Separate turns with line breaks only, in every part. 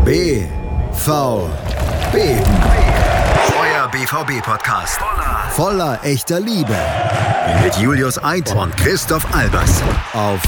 BVB. Euer BVB-Podcast. Voller echter Liebe. Mit Julius Eid und Christoph Albers. Auf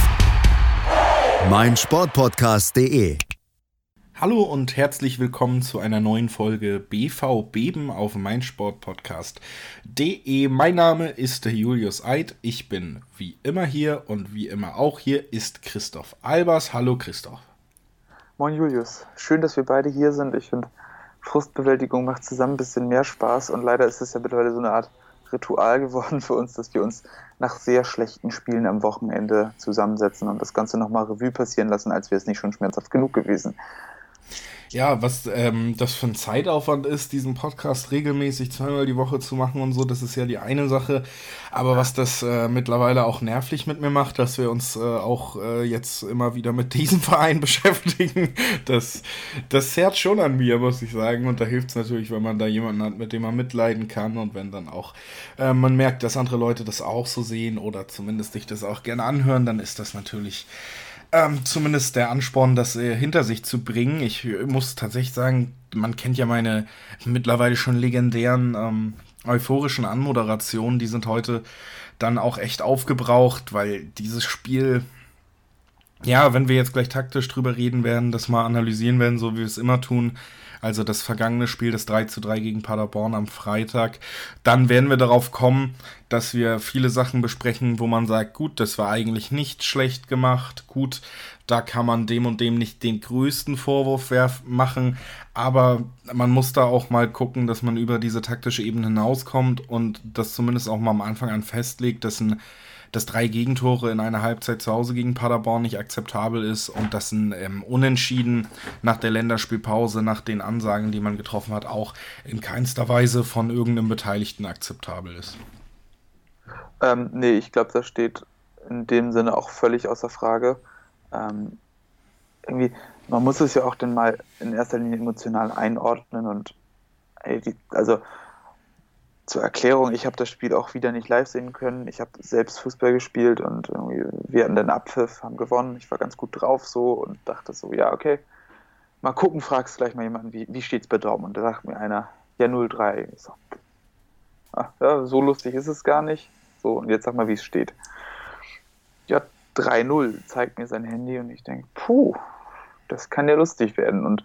meinsportpodcast.de.
Hallo und herzlich willkommen zu einer neuen Folge BVB auf meinsportpodcast.de. Mein Name ist der Julius Eid. Ich bin wie immer hier und wie immer auch hier ist Christoph Albers. Hallo Christoph.
Moin Julius, schön, dass wir beide hier sind. Ich finde, Frustbewältigung macht zusammen ein bisschen mehr Spaß und leider ist es ja mittlerweile so eine Art Ritual geworden für uns, dass wir uns nach sehr schlechten Spielen am Wochenende zusammensetzen und das Ganze nochmal Revue passieren lassen, als wäre es nicht schon schmerzhaft genug gewesen.
Ja, was das für ein Zeitaufwand ist, diesen Podcast regelmäßig zweimal die Woche zu machen und so, das ist ja die eine Sache. Aber was das mittlerweile auch nervlich mit mir macht, dass wir uns auch jetzt immer wieder mit diesem Verein beschäftigen, das zerrt schon an mir, muss ich sagen. Und da hilft es natürlich, wenn man da jemanden hat, mit dem man mitleiden kann und wenn dann auch man merkt, dass andere Leute das auch so sehen oder zumindest sich das auch gerne anhören, dann ist das natürlich zumindest der Ansporn, das hinter sich zu bringen. Ich muss tatsächlich sagen, man kennt ja meine mittlerweile schon legendären euphorischen Anmoderationen, die sind heute dann auch echt aufgebraucht, weil dieses Spiel, ja, wenn wir jetzt gleich taktisch drüber reden werden, das mal analysieren werden, so wie wir es immer tun, also das vergangene Spiel, das 3:3 gegen Paderborn am Freitag, dann werden wir darauf kommen, dass wir viele Sachen besprechen, wo man sagt, gut, das war eigentlich nicht schlecht gemacht, gut, da kann man dem und dem nicht den größten Vorwurf machen, aber man muss da auch mal gucken, dass man über diese taktische Ebene hinauskommt und das zumindest auch mal am Anfang an festlegt, dass 3 Gegentore in einer Halbzeit zu Hause gegen Paderborn nicht akzeptabel ist und dass ein Unentschieden nach der Länderspielpause, nach den Ansagen, die man getroffen hat, auch in keinster Weise von irgendeinem Beteiligten akzeptabel ist.
Nee, ich glaube, das steht in dem Sinne auch völlig außer Frage. Irgendwie, man muss es ja auch dann mal in erster Linie emotional einordnen und also zur Erklärung, ich habe das Spiel auch wieder nicht live sehen können. Ich habe selbst Fußball gespielt und irgendwie, wir hatten den Abpfiff, haben gewonnen. Ich war ganz gut drauf so und dachte so, ja, okay, mal gucken, fragst gleich mal jemanden, wie steht's bei Dortmund? Und da sagt mir einer, ja 0-3. Ich so, ja, so lustig ist es gar nicht. So, und jetzt sag mal, wie es steht. Ja, 3-0, zeigt mir sein Handy und ich denke, das kann ja lustig werden. Und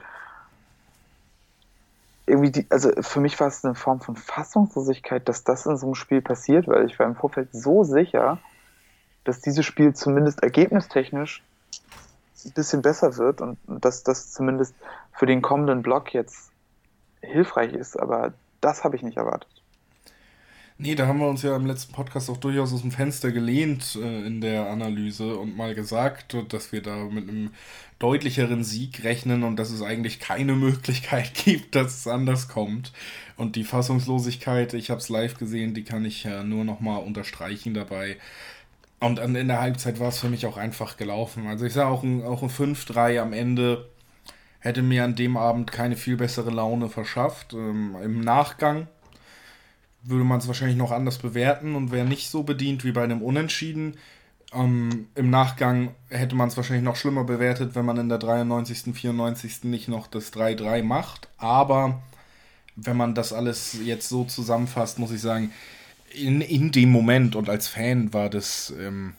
irgendwie also für mich war es eine Form von Fassungslosigkeit, dass das in so einem Spiel passiert, weil ich war im Vorfeld so sicher, dass dieses Spiel zumindest ergebnistechnisch ein bisschen besser wird und dass das zumindest für den kommenden Block jetzt hilfreich ist, aber das habe ich nicht erwartet.
Nee, da haben wir uns ja im letzten Podcast auch durchaus aus dem Fenster gelehnt in der Analyse und mal gesagt, dass wir da mit einem deutlicheren Sieg rechnen und dass es eigentlich keine Möglichkeit gibt, dass es anders kommt. Und die Fassungslosigkeit, ich habe es live gesehen, die kann ich nur nochmal unterstreichen dabei. Und in der Halbzeit war es für mich auch einfach gelaufen. Also ich sah auch ein 5-3 am Ende hätte mir an dem Abend keine viel bessere Laune verschafft. Im Nachgang würde man es wahrscheinlich noch anders bewerten und wäre nicht so bedient wie bei einem Unentschieden. Im Nachgang hätte man es wahrscheinlich noch schlimmer bewertet, wenn man in der 93., 94. nicht noch das 3-3 macht. Aber wenn man das alles jetzt so zusammenfasst, muss ich sagen, in dem Moment und als Fan war das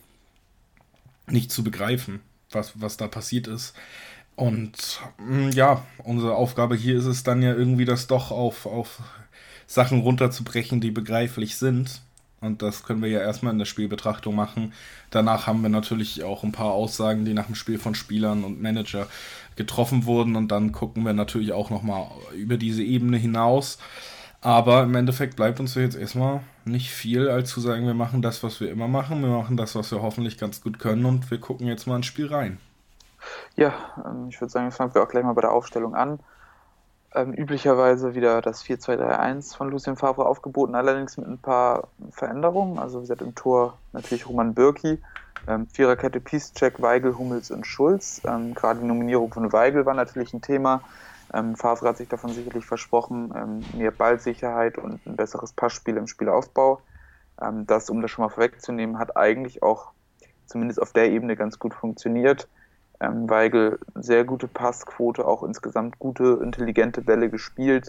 nicht zu begreifen, was da passiert ist. Und ja, unsere Aufgabe hier ist es dann ja irgendwie, das doch auf Sachen runterzubrechen, die begreiflich sind. Und das können wir ja erstmal in der Spielbetrachtung machen. Danach haben wir natürlich auch ein paar Aussagen, die nach dem Spiel von Spielern und Manager getroffen wurden. Und dann gucken wir natürlich auch nochmal über diese Ebene hinaus. Aber im Endeffekt bleibt uns jetzt erstmal nicht viel, als zu sagen, wir machen das, was wir immer machen. Wir machen das, was wir hoffentlich ganz gut können. Und wir gucken jetzt mal ins Spiel rein.
Ja, ich würde sagen, fangen wir auch gleich mal bei der Aufstellung an. Üblicherweise wieder das 4-2-3-1 von Lucien Favre aufgeboten, allerdings mit ein paar Veränderungen. Also wie gesagt, im Tor natürlich Roman Bürki, Viererkette Piszczek, Weigl, Hummels und Schulz. Gerade die Nominierung von Weigl war natürlich ein Thema. Favre hat sich davon sicherlich versprochen, mehr Ballsicherheit und ein besseres Passspiel im Spielaufbau. Das, um das schon mal vorwegzunehmen, hat eigentlich auch zumindest auf der Ebene ganz gut funktioniert. Weigl sehr gute Passquote, auch insgesamt gute, intelligente Bälle gespielt.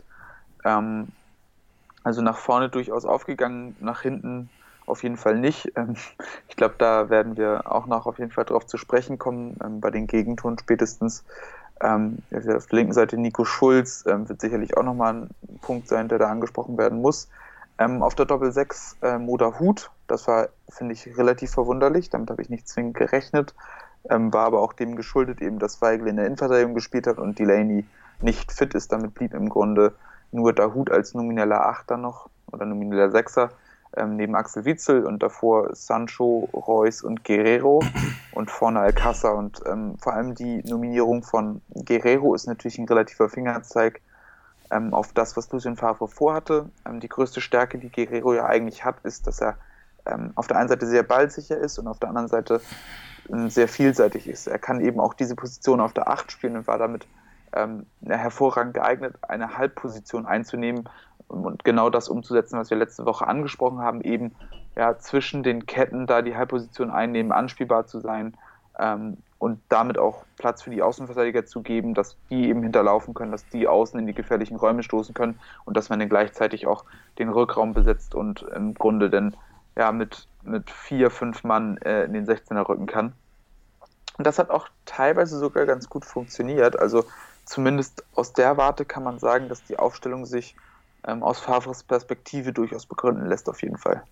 Also nach vorne durchaus aufgegangen, nach hinten auf jeden Fall nicht. Ich glaube, da werden wir auch noch auf jeden Fall drauf zu sprechen kommen, bei den Gegentoren spätestens. Auf der linken Seite Nico Schulz wird sicherlich auch nochmal ein Punkt sein, der da angesprochen werden muss. Auf der Doppel-6 Moda Hut, das war, finde ich, relativ verwunderlich, damit habe ich nicht zwingend gerechnet, war aber auch dem geschuldet, eben, dass Weigl in der Innenverteidigung gespielt hat und Delaney nicht fit ist. Damit blieb im Grunde nur Dahoud als nomineller Achter noch oder nomineller Sechser neben Axel Witsel und davor Sancho, Reus und Guerrero und vorne Alcázar und vor allem die Nominierung von Guerrero ist natürlich ein relativer Fingerzeig auf das, was Lucien Favre vorhatte. Die größte Stärke, die Guerrero ja eigentlich hat, ist, dass er auf der einen Seite sehr ballsicher ist und auf der anderen Seite sehr vielseitig ist. Er kann eben auch diese Position auf der 8 spielen und war damit hervorragend geeignet, eine Halbposition einzunehmen und genau das umzusetzen, was wir letzte Woche angesprochen haben, eben ja, zwischen den Ketten da die Halbposition einnehmen, anspielbar zu sein und damit auch Platz für die Außenverteidiger zu geben, dass die eben hinterlaufen können, dass die außen in die gefährlichen Räume stoßen können und dass man dann gleichzeitig auch den Rückraum besetzt und im Grunde dann ja, mit 4, 5 Mann in den 16er rücken kann. Und das hat auch teilweise sogar ganz gut funktioniert. Also zumindest aus der Warte kann man sagen, dass die Aufstellung sich aus Favres Perspektive durchaus begründen lässt, auf jeden Fall.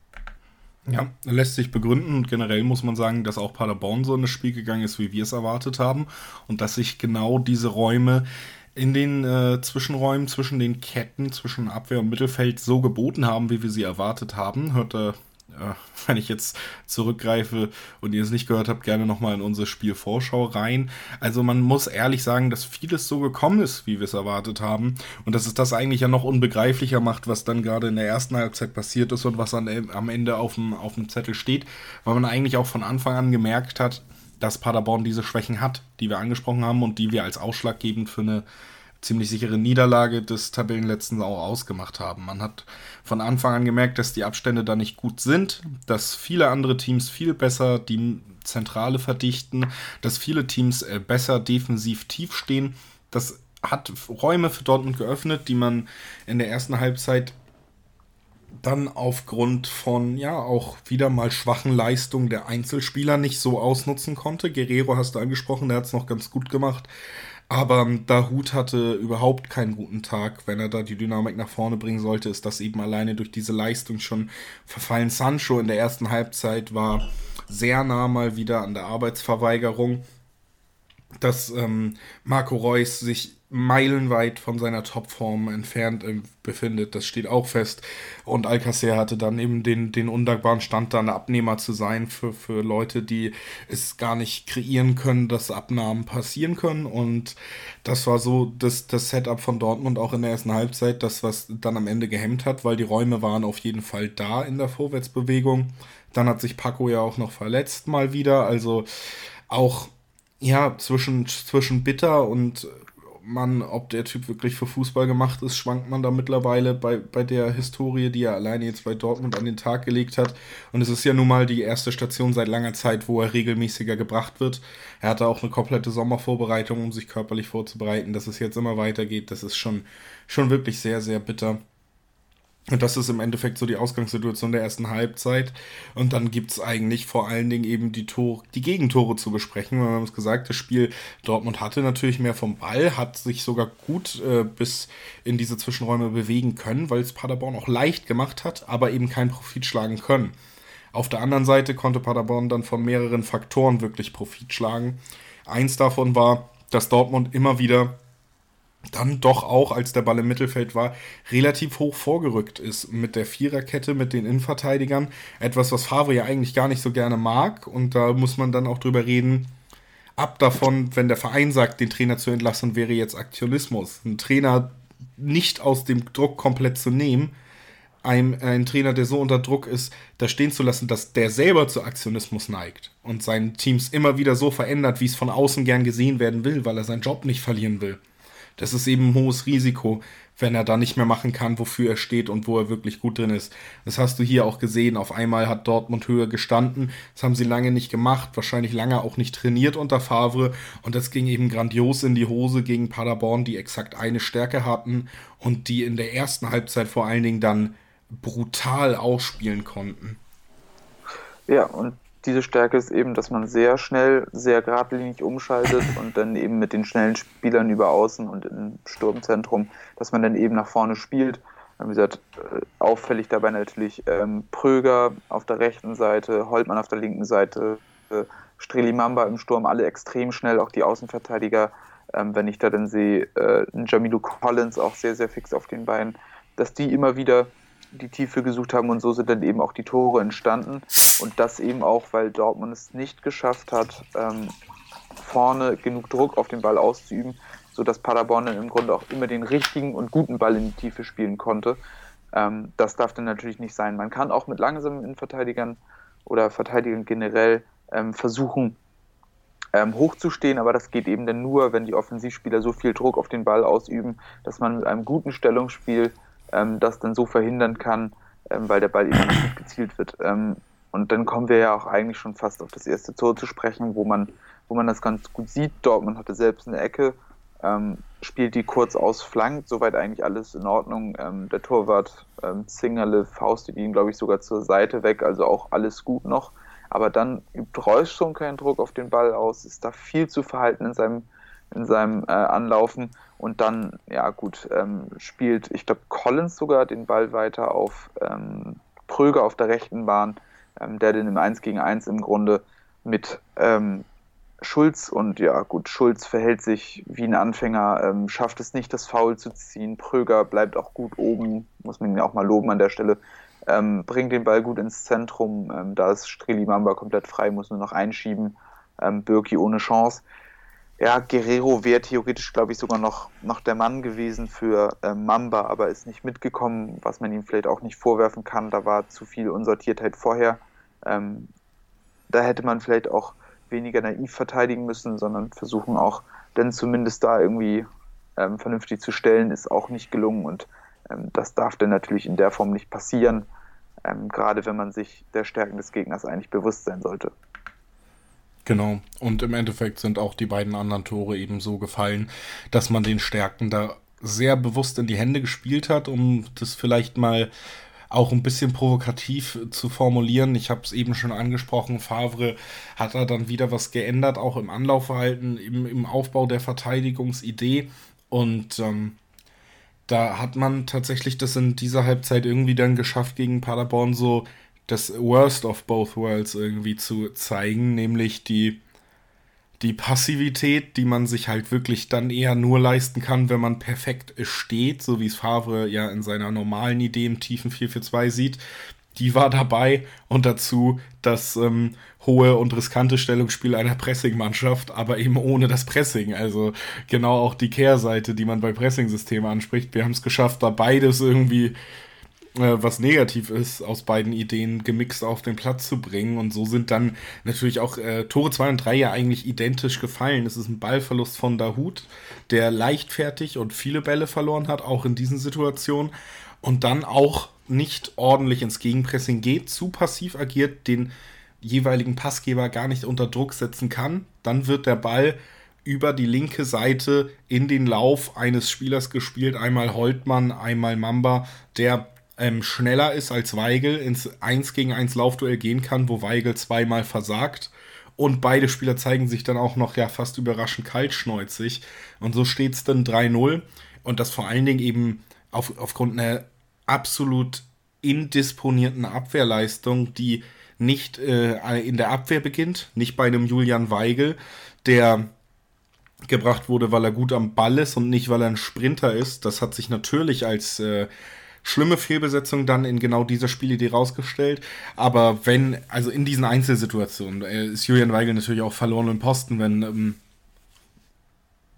Ja, lässt sich begründen und generell muss man sagen, dass auch Paderborn so in das Spiel gegangen ist, wie wir es erwartet haben und dass sich genau diese Räume in den Zwischenräumen zwischen den Ketten, zwischen Abwehr und Mittelfeld so geboten haben, wie wir sie erwartet haben. Hört wenn ich jetzt zurückgreife und ihr es nicht gehört habt, gerne nochmal in unsere Spielvorschau rein. Also man muss ehrlich sagen, dass vieles so gekommen ist, wie wir es erwartet haben und dass es das eigentlich ja noch unbegreiflicher macht, was dann gerade in der ersten Halbzeit passiert ist und was am Ende auf dem Zettel steht, weil man eigentlich auch von Anfang an gemerkt hat, dass Paderborn diese Schwächen hat, die wir angesprochen haben und die wir als ausschlaggebend für eine ziemlich sichere Niederlage des Tabellenletzten auch ausgemacht haben. Man hat von Anfang an gemerkt, dass die Abstände da nicht gut sind, dass viele andere Teams viel besser die Zentrale verdichten, dass viele Teams besser defensiv tief stehen. Das hat Räume für Dortmund geöffnet, die man in der ersten Halbzeit dann aufgrund von, ja, auch wieder mal schwachen Leistungen der Einzelspieler nicht so ausnutzen konnte. Guerrero hast du angesprochen, der hat es noch ganz gut gemacht. Aber Dahoud hatte überhaupt keinen guten Tag. Wenn er da die Dynamik nach vorne bringen sollte, ist das eben alleine durch diese Leistung schon verfallen. Sancho in der ersten Halbzeit war sehr nah mal wieder an der Arbeitsverweigerung. Dass Marco Reus sich meilenweit von seiner Topform entfernt befindet, das steht auch fest. Und Alcácer hatte dann eben den undankbaren Stand, da ein Abnehmer zu sein für Leute, die es gar nicht kreieren können, dass Abnahmen passieren können. Und das war so das Setup von Dortmund auch in der ersten Halbzeit, das, was dann am Ende gehemmt hat, weil die Räume waren auf jeden Fall da in der Vorwärtsbewegung. Dann hat sich Paco ja auch noch verletzt mal wieder, also auch ja, zwischen bitter und man, ob der Typ wirklich für Fußball gemacht ist, schwankt man da mittlerweile bei der Historie, die er alleine jetzt bei Dortmund an den Tag gelegt hat. Und es ist ja nun mal die erste Station seit langer Zeit, wo er regelmäßiger gebracht wird. Er hatte auch eine komplette Sommervorbereitung, um sich körperlich vorzubereiten. Dass es jetzt immer weitergeht, das ist schon wirklich sehr, sehr bitter. Und das ist im Endeffekt so die Ausgangssituation der ersten Halbzeit. Und dann gibt es eigentlich vor allen Dingen eben die Gegentore zu besprechen. Wir haben es gesagt, das Spiel Dortmund hatte natürlich mehr vom Ball, hat sich sogar gut bis in diese Zwischenräume bewegen können, weil es Paderborn auch leicht gemacht hat, aber eben keinen Profit schlagen können. Auf der anderen Seite konnte Paderborn dann von mehreren Faktoren wirklich Profit schlagen. Eins davon war, dass Dortmund immer wieder dann doch auch, als der Ball im Mittelfeld war, relativ hoch vorgerückt ist mit der Viererkette, mit den Innenverteidigern. Etwas, was Favre ja eigentlich gar nicht so gerne mag. Und da muss man dann auch drüber reden, ab davon, wenn der Verein sagt, den Trainer zu entlassen, wäre jetzt Aktionismus. Ein Trainer nicht aus dem Druck komplett zu nehmen, ein Trainer, der so unter Druck ist, da stehen zu lassen, dass der selber zu Aktionismus neigt und seine Teams immer wieder so verändert, wie es von außen gern gesehen werden will, weil er seinen Job nicht verlieren will. das ist eben ein hohes Risiko, wenn er da nicht mehr machen kann, wofür er steht und wo er wirklich gut drin ist. Das hast du hier auch gesehen. Auf einmal hat Dortmund höher gestanden. Das haben sie lange nicht gemacht, wahrscheinlich lange auch nicht trainiert unter Favre. Und das ging eben grandios in die Hose gegen Paderborn, die exakt eine Stärke hatten und die in der ersten Halbzeit vor allen Dingen dann brutal ausspielen konnten.
Ja, und diese Stärke ist eben, dass man sehr schnell, sehr geradlinig umschaltet und dann eben mit den schnellen Spielern über Außen und im Sturmzentrum, dass man dann eben nach vorne spielt. Wie gesagt, auffällig dabei natürlich Pröger auf der rechten Seite, Holtmann auf der linken Seite, Strelimamba im Sturm, alle extrem schnell, auch die Außenverteidiger. Wenn ich da dann sehe, Jamilu Collins auch sehr, sehr fix auf den Beinen, dass die immer wieder die Tiefe gesucht haben und so sind dann eben auch die Tore entstanden. Und das eben auch, weil Dortmund es nicht geschafft hat, vorne genug Druck auf den Ball auszuüben, sodass Paderborn dann im Grunde auch immer den richtigen und guten Ball in die Tiefe spielen konnte. Das darf dann natürlich nicht sein. Man kann auch mit langsamen Innenverteidigern oder Verteidigern generell versuchen, hochzustehen, aber das geht eben dann nur, wenn die Offensivspieler so viel Druck auf den Ball ausüben, dass man mit einem guten Stellungsspiel das dann so verhindern kann, weil der Ball eben nicht gut gezielt wird. Und dann kommen wir ja auch eigentlich schon fast auf das erste Tor zu sprechen, wo man das ganz gut sieht. Dortmund hatte selbst eine Ecke, spielt die kurz ausflankt, soweit eigentlich alles in Ordnung. Der Torwart Zingerle faustet ihn, glaube ich, sogar zur Seite weg, also auch alles gut noch. Aber dann übt Reus schon keinen Druck auf den Ball aus, ist da viel zu verhalten in seinem Anlaufen. Und dann, ja gut, spielt, ich glaube, Collins sogar den Ball weiter auf Pröger auf der rechten Bahn, der dann im 1-gegen-1 im Grunde mit Schulz und ja gut, Schulz verhält sich wie ein Anfänger, schafft es nicht, das Foul zu ziehen. Pröger bleibt auch gut oben, muss man ihn auch mal loben an der Stelle, bringt den Ball gut ins Zentrum, da ist Strelimamba komplett frei, muss nur noch einschieben, Bürki ohne Chance. Ja, Guerrero wäre theoretisch, glaube ich, sogar noch der Mann gewesen für Mamba, aber ist nicht mitgekommen, was man ihm vielleicht auch nicht vorwerfen kann. Da war zu viel Unsortiertheit vorher. Da hätte man vielleicht auch weniger naiv verteidigen müssen, sondern versuchen auch, denn zumindest da irgendwie vernünftig zu stellen, ist auch nicht gelungen. Und das darf dann natürlich in der Form nicht passieren, gerade wenn man sich der Stärken des Gegners eigentlich bewusst sein sollte.
Genau, und im Endeffekt sind auch die beiden anderen Tore eben so gefallen, dass man den Stärken da sehr bewusst in die Hände gespielt hat, um das vielleicht mal auch ein bisschen provokativ zu formulieren. Ich habe es eben schon angesprochen, Favre hat da dann wieder was geändert, auch im Anlaufverhalten, im Aufbau der Verteidigungsidee und da hat man tatsächlich das in dieser Halbzeit irgendwie dann geschafft, gegen Paderborn so das Worst of both worlds irgendwie zu zeigen, nämlich die Passivität, die man sich halt wirklich dann eher nur leisten kann, wenn man perfekt steht, so wie es Favre ja in seiner normalen Idee im tiefen 4-4-2 sieht. Die war dabei und dazu das hohe und riskante Stellungsspiel einer Pressing-Mannschaft, aber eben ohne das Pressing. Also genau auch die Kehrseite, die man bei Pressing-Systemen anspricht. Wir haben es geschafft, da beides irgendwie was negativ ist, aus beiden Ideen gemixt auf den Platz zu bringen. Und so sind dann natürlich auch Tore 2 und 3 ja eigentlich identisch gefallen. Es ist ein Ballverlust von Dahoud, der leichtfertig und viele Bälle verloren hat, auch in diesen Situationen. Und dann auch nicht ordentlich ins Gegenpressing geht, zu passiv agiert, den jeweiligen Passgeber gar nicht unter Druck setzen kann. Dann wird der Ball über die linke Seite in den Lauf eines Spielers gespielt. Einmal Holtmann, einmal Mamba, der schneller ist als Weigl, ins 1-gegen-1 Laufduell gehen kann, wo Weigl zweimal versagt. Und beide Spieler zeigen sich dann auch noch ja fast überraschend kaltschnäuzig. Und so steht es dann 3-0. Und das vor allen Dingen eben aufgrund einer absolut indisponierten Abwehrleistung, die nicht in der Abwehr beginnt, nicht bei einem Julian Weigl, der gebracht wurde, weil er gut am Ball ist und nicht, weil er ein Sprinter ist. Das hat sich natürlich als schlimme Fehlbesetzung dann in genau dieser Spielidee rausgestellt. Aber also in diesen Einzelsituationen ist Julian Weigl natürlich auch verloren im Posten,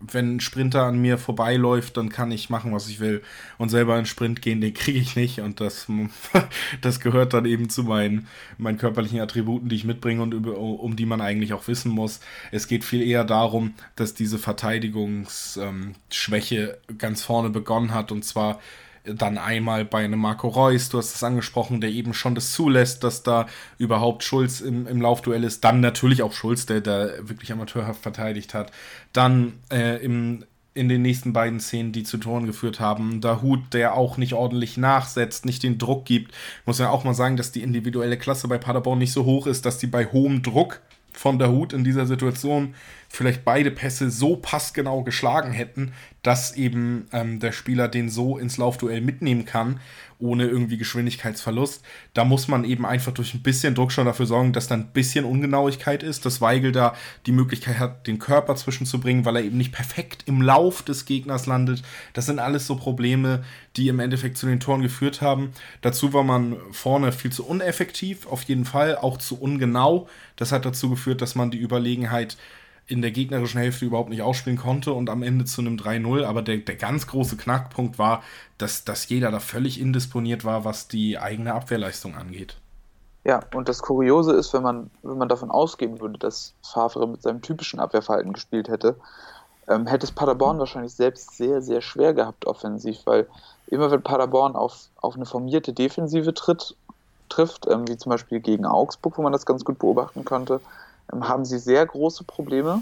wenn ein Sprinter an mir vorbeiläuft, dann kann ich machen, was ich will. Und selber einen Sprint gehen, den kriege ich nicht. Und das gehört dann eben zu meinen körperlichen Attributen, die ich mitbringe und um die man eigentlich auch wissen muss. Es geht viel eher darum, dass diese Verteidigungsschwäche ganz vorne begonnen hat. Und zwar dann einmal bei einem Marco Reus, du hast es angesprochen, der eben schon das zulässt, dass da überhaupt Schulz im Laufduell ist. Dann natürlich auch Schulz, der da wirklich amateurhaft verteidigt hat. Dann in den nächsten beiden Szenen, die zu Toren geführt haben, Dahoud, der auch nicht ordentlich nachsetzt, nicht den Druck gibt. Muss ja auch mal sagen, dass die individuelle Klasse bei Paderborn nicht so hoch ist, dass die bei hohem Druck von Dahoud in dieser Situation vielleicht beide Pässe so passgenau geschlagen hätten, dass eben der Spieler den so ins Laufduell mitnehmen kann, ohne irgendwie Geschwindigkeitsverlust. Da muss man eben einfach durch ein bisschen Druck schon dafür sorgen, dass da ein bisschen Ungenauigkeit ist, dass Weigl da die Möglichkeit hat, den Körper zwischenzubringen, weil er eben nicht perfekt im Lauf des Gegners landet. Das sind alles so Probleme, die im Endeffekt zu den Toren geführt haben. Dazu war man vorne viel zu uneffektiv, auf jeden Fall, auch zu ungenau. Das hat dazu geführt, dass man die Überlegenheit in der gegnerischen Hälfte überhaupt nicht ausspielen konnte und am Ende zu einem 3-0. Aber der ganz große Knackpunkt war, dass jeder da völlig indisponiert war, was die eigene Abwehrleistung angeht.
Ja, und das Kuriose ist, wenn man davon ausgehen würde, dass Favre mit seinem typischen Abwehrverhalten gespielt hätte, hätte es Paderborn wahrscheinlich selbst sehr, sehr schwer gehabt offensiv, weil immer wenn Paderborn auf eine formierte Defensive trifft, wie zum Beispiel gegen Augsburg, wo man das ganz gut beobachten konnte, haben sie sehr große Probleme.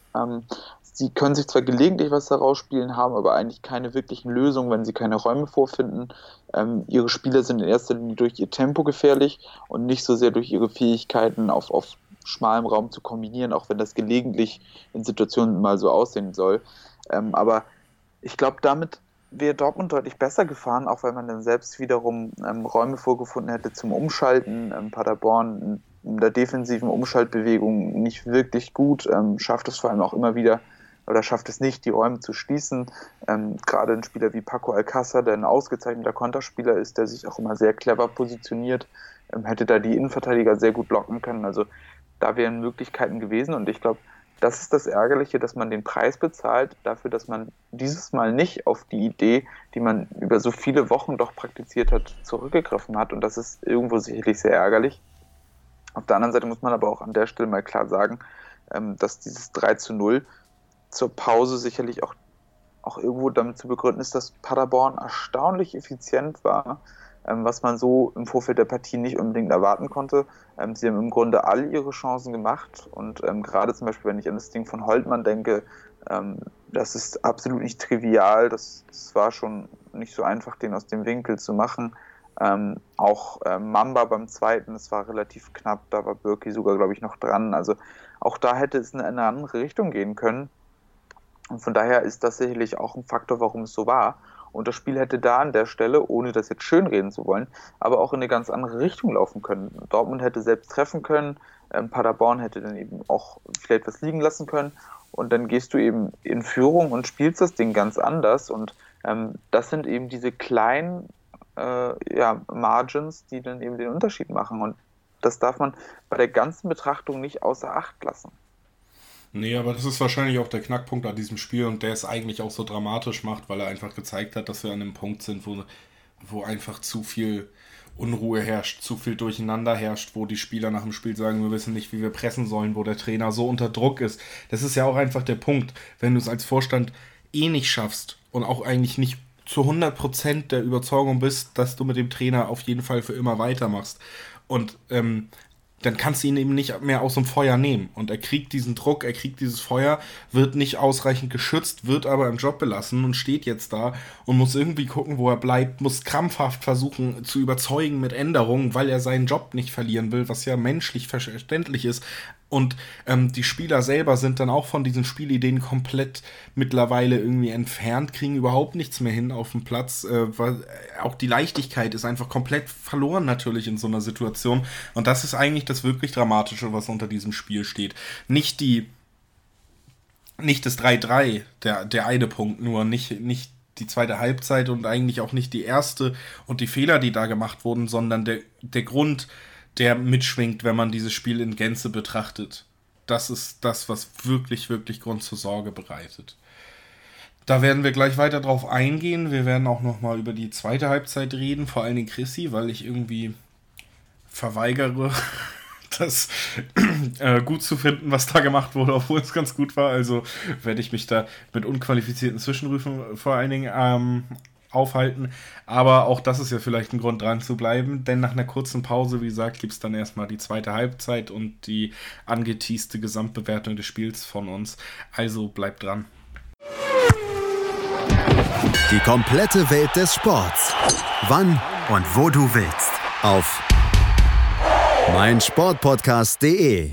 Sie können sich zwar gelegentlich was daraus spielen, haben aber eigentlich keine wirklichen Lösungen, wenn sie keine Räume vorfinden. Ihre Spieler sind in erster Linie durch ihr Tempo gefährlich und nicht so sehr durch ihre Fähigkeiten auf schmalem Raum zu kombinieren, auch wenn das gelegentlich in Situationen mal so aussehen soll. Aber ich glaube, damit wäre Dortmund deutlich besser gefahren, auch weil man dann selbst wiederum Räume vorgefunden hätte zum Umschalten. Paderborn in der defensiven Umschaltbewegung nicht wirklich gut, schafft es vor allem auch immer wieder, oder schafft es nicht, die Räume zu schließen. Gerade ein Spieler wie Paco Alcácer, der ein ausgezeichneter Konterspieler ist, der sich auch immer sehr clever positioniert, hätte da die Innenverteidiger sehr gut blocken können. Also da wären Möglichkeiten gewesen und ich glaube, das ist das Ärgerliche, dass man den Preis bezahlt dafür, dass man dieses Mal nicht auf die Idee, die man über so viele Wochen doch praktiziert hat, zurückgegriffen hat. Und das ist irgendwo sicherlich sehr ärgerlich. Auf der anderen Seite muss man aber auch an der Stelle mal klar sagen, dass dieses 3-0 zur Pause sicherlich auch irgendwo damit zu begründen ist, dass Paderborn erstaunlich effizient war, was man so im Vorfeld der Partie nicht unbedingt erwarten konnte. Sie haben im Grunde all ihre Chancen gemacht und gerade zum Beispiel, wenn ich an das Ding von Holtmann denke, das ist absolut nicht trivial, das war schon nicht so einfach, den aus dem Winkel zu machen. Auch Mamba beim zweiten, das war relativ knapp, da war Bürki sogar, glaube ich, noch dran. Also auch da hätte es in eine andere Richtung gehen können. Und von daher ist das sicherlich auch ein Faktor, warum es so war. Und das Spiel hätte da an der Stelle, ohne das jetzt schönreden zu wollen, aber auch in eine ganz andere Richtung laufen können. Dortmund hätte selbst treffen können, Paderborn hätte dann eben auch vielleicht was liegen lassen können und dann gehst du eben in Führung und spielst das Ding ganz anders und das sind eben diese kleinen Margins, die dann eben den Unterschied machen und das darf man bei der ganzen Betrachtung nicht außer Acht lassen.
Nee, aber das ist wahrscheinlich auch der Knackpunkt an diesem Spiel und der es eigentlich auch so dramatisch macht, weil er einfach gezeigt hat, dass wir an einem Punkt sind, wo einfach zu viel Unruhe herrscht, zu viel Durcheinander herrscht, wo die Spieler nach dem Spiel sagen, wir wissen nicht, wie wir pressen sollen, wo der Trainer so unter Druck ist. Das ist ja auch einfach der Punkt, wenn du es als Vorstand nicht schaffst und auch eigentlich nicht zu 100% der Überzeugung bist, dass du mit dem Trainer auf jeden Fall für immer weitermachst. Und dann kannst du ihn eben nicht mehr aus dem Feuer nehmen. Und er kriegt diesen Druck, er kriegt dieses Feuer, wird nicht ausreichend geschützt, wird aber im Job belassen und steht jetzt da und muss irgendwie gucken, wo er bleibt, muss krampfhaft versuchen zu überzeugen mit Änderungen, weil er seinen Job nicht verlieren will, was ja menschlich verständlich ist. Und die Spieler selber sind dann auch von diesen Spielideen komplett mittlerweile irgendwie entfernt, kriegen überhaupt nichts mehr hin auf dem Platz. Weil auch die Leichtigkeit ist einfach komplett verloren natürlich in so einer Situation. Und das ist eigentlich das wirklich Dramatische, was unter diesem Spiel steht. Nicht das 3-3, der eine Punkt nur, nicht die zweite Halbzeit und eigentlich auch nicht die erste und die Fehler, die da gemacht wurden, sondern der Grund, der mitschwingt, wenn man dieses Spiel in Gänze betrachtet. Das ist das, was wirklich, wirklich Grund zur Sorge bereitet. Da werden wir gleich weiter drauf eingehen. Wir werden auch nochmal über die zweite Halbzeit reden, vor allen Dingen Chrissy, weil ich irgendwie verweigere, das gut zu finden, was da gemacht wurde, obwohl es ganz gut war. Also werde ich mich da mit unqualifizierten Zwischenrufen vor allen Dingen aufhalten. Aber auch das ist ja vielleicht ein Grund, dran zu bleiben, denn nach einer kurzen Pause, wie gesagt, gibt es dann erstmal die zweite Halbzeit und die angeteaste Gesamtbewertung des Spiels von uns. Also bleibt dran.
Die komplette Welt des Sports. Wann und wo du willst. Auf meinsportpodcast.de.